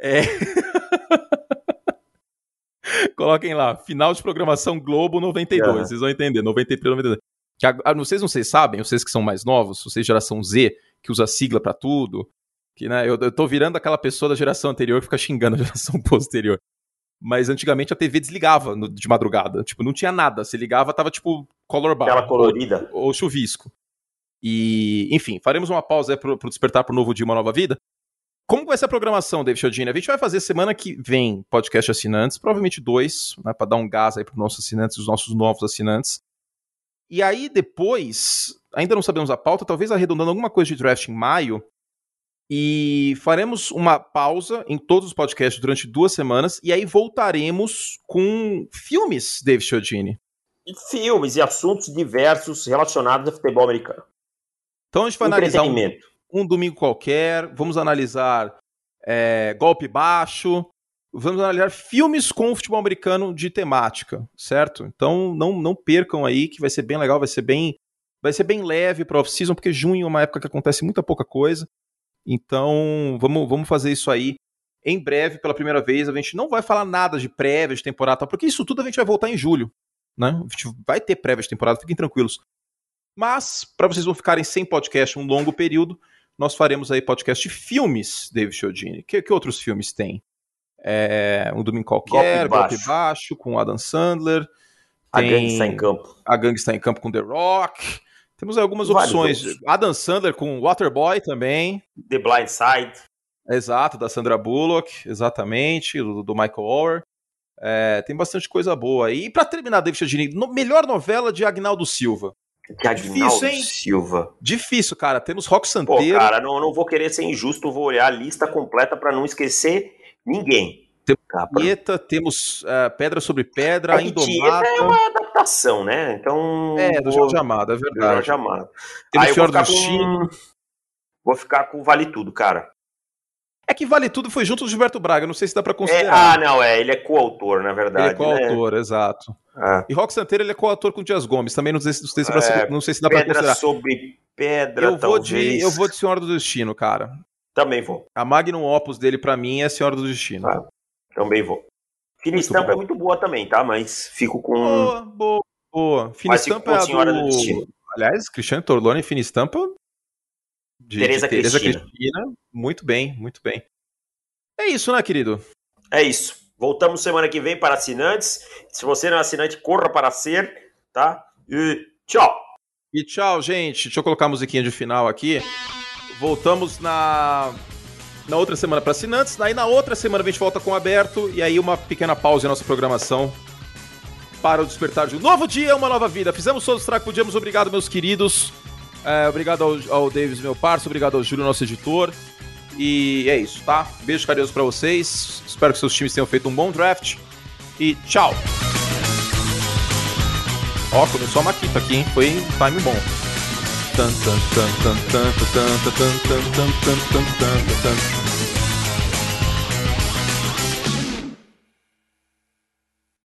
Coloquem lá, final de programação Globo 92, vocês vão entender, 93, 92. Não sei se vocês sabem, vocês que são mais novos, vocês geração Z, que usa sigla pra tudo, que eu tô virando aquela pessoa da geração anterior que fica xingando a geração posterior. Mas antigamente a TV desligava de madrugada. Tipo, não tinha nada. Se ligava, tava tipo color bar. Tela colorida. Ou chuvisco. E, enfim, faremos uma pausa aí pro despertar pro novo dia, uma nova vida. Como vai ser a programação, David Chiodini? A gente vai fazer semana que vem podcast assinantes, provavelmente 2, né, pra dar um gás aí pros nossos assinantes, os nossos novos assinantes. E aí depois, ainda não sabemos a pauta, talvez arredondando alguma coisa de draft em maio, e faremos uma pausa em todos os podcasts durante 2 semanas, e aí voltaremos com filmes, David Chiodini. E filmes e assuntos diversos relacionados ao futebol americano. Então a gente vai analisar um domingo qualquer, vamos analisar golpe baixo, vamos analisar filmes com o futebol americano de temática, certo? Então não percam aí, que vai ser bem legal, vai ser bem leve para off-season, porque junho é uma época que acontece muita pouca coisa. Então, vamos fazer isso aí em breve, pela primeira vez. A gente não vai falar nada de prévia de temporada, porque isso tudo a gente vai voltar em julho, né? A gente vai ter prévia de temporada, fiquem tranquilos. Mas, para vocês não ficarem sem podcast um longo período, nós faremos aí podcast de filmes, David Chiodini. Que outros filmes tem? Um Domingo Qualquer, Golpe Baixo, com Adam Sandler. A gangue está em campo. A gangue está em campo com The Rock. Temos algumas opções. Adam Sandler com Waterboy também. The Blind Side. Exato, da Sandra Bullock, exatamente, do Michael Oher. Tem bastante coisa boa. E pra terminar, David Chiodini, melhor novela de Agnaldo Silva. De Agnaldo Silva. Difícil, cara. Temos Rock Santeiro. Pô, cara, não vou querer ser injusto, vou olhar a lista completa pra não esquecer ninguém. Tieta, temos Pedra sobre Pedra, Indomada. É uma adaptação, né? Então. Do Jorge Amado, é verdade. Jorge Amado. Temos Senhor do Destino. Vou ficar com Vale Tudo, cara. É que Vale Tudo foi junto do Gilberto Braga, não sei se dá pra considerar. Ele é coautor, na verdade. Ele é coautor, né? Exato. E Rock Santeiro, ele é coautor com o Dias Gomes, também não sei se dá pra considerar. Pedra sobre Pedra, talvez. Eu vou de Senhora do Destino, cara. Também vou. A magnum opus dele, pra mim, é Senhora do Destino. Também vou. Fina Estampa é muito boa também, tá? Mas fico com... Boa. Fina Estampa é a Senhora do Destino. Aliás, Cristiano Torlone e Fina Estampa de Teresa Cristina. Muito bem. É isso, né, querido? É isso. Voltamos semana que vem para assinantes. Se você não é assinante, corra para ser, tá? E tchau. E tchau, gente. Deixa eu colocar a musiquinha de final aqui. Voltamos na outra semana para assinantes. Aí na outra semana a gente volta com o aberto. E aí uma pequena pausa em nossa programação para o despertar de um novo dia, uma nova vida. Fizemos todos os tracos que podíamos. Obrigado, meus queridos. Obrigado ao Davis, meu parceiro. Obrigado ao Júlio, nosso editor. E é isso, tá? Beijo carinhoso pra vocês. Espero que seus times tenham feito um bom draft. E tchau! Ó, começou a Maquita aqui, hein? Foi um time bom. Tan tan tan tan tan tan tan tan tan tan tan tan tan.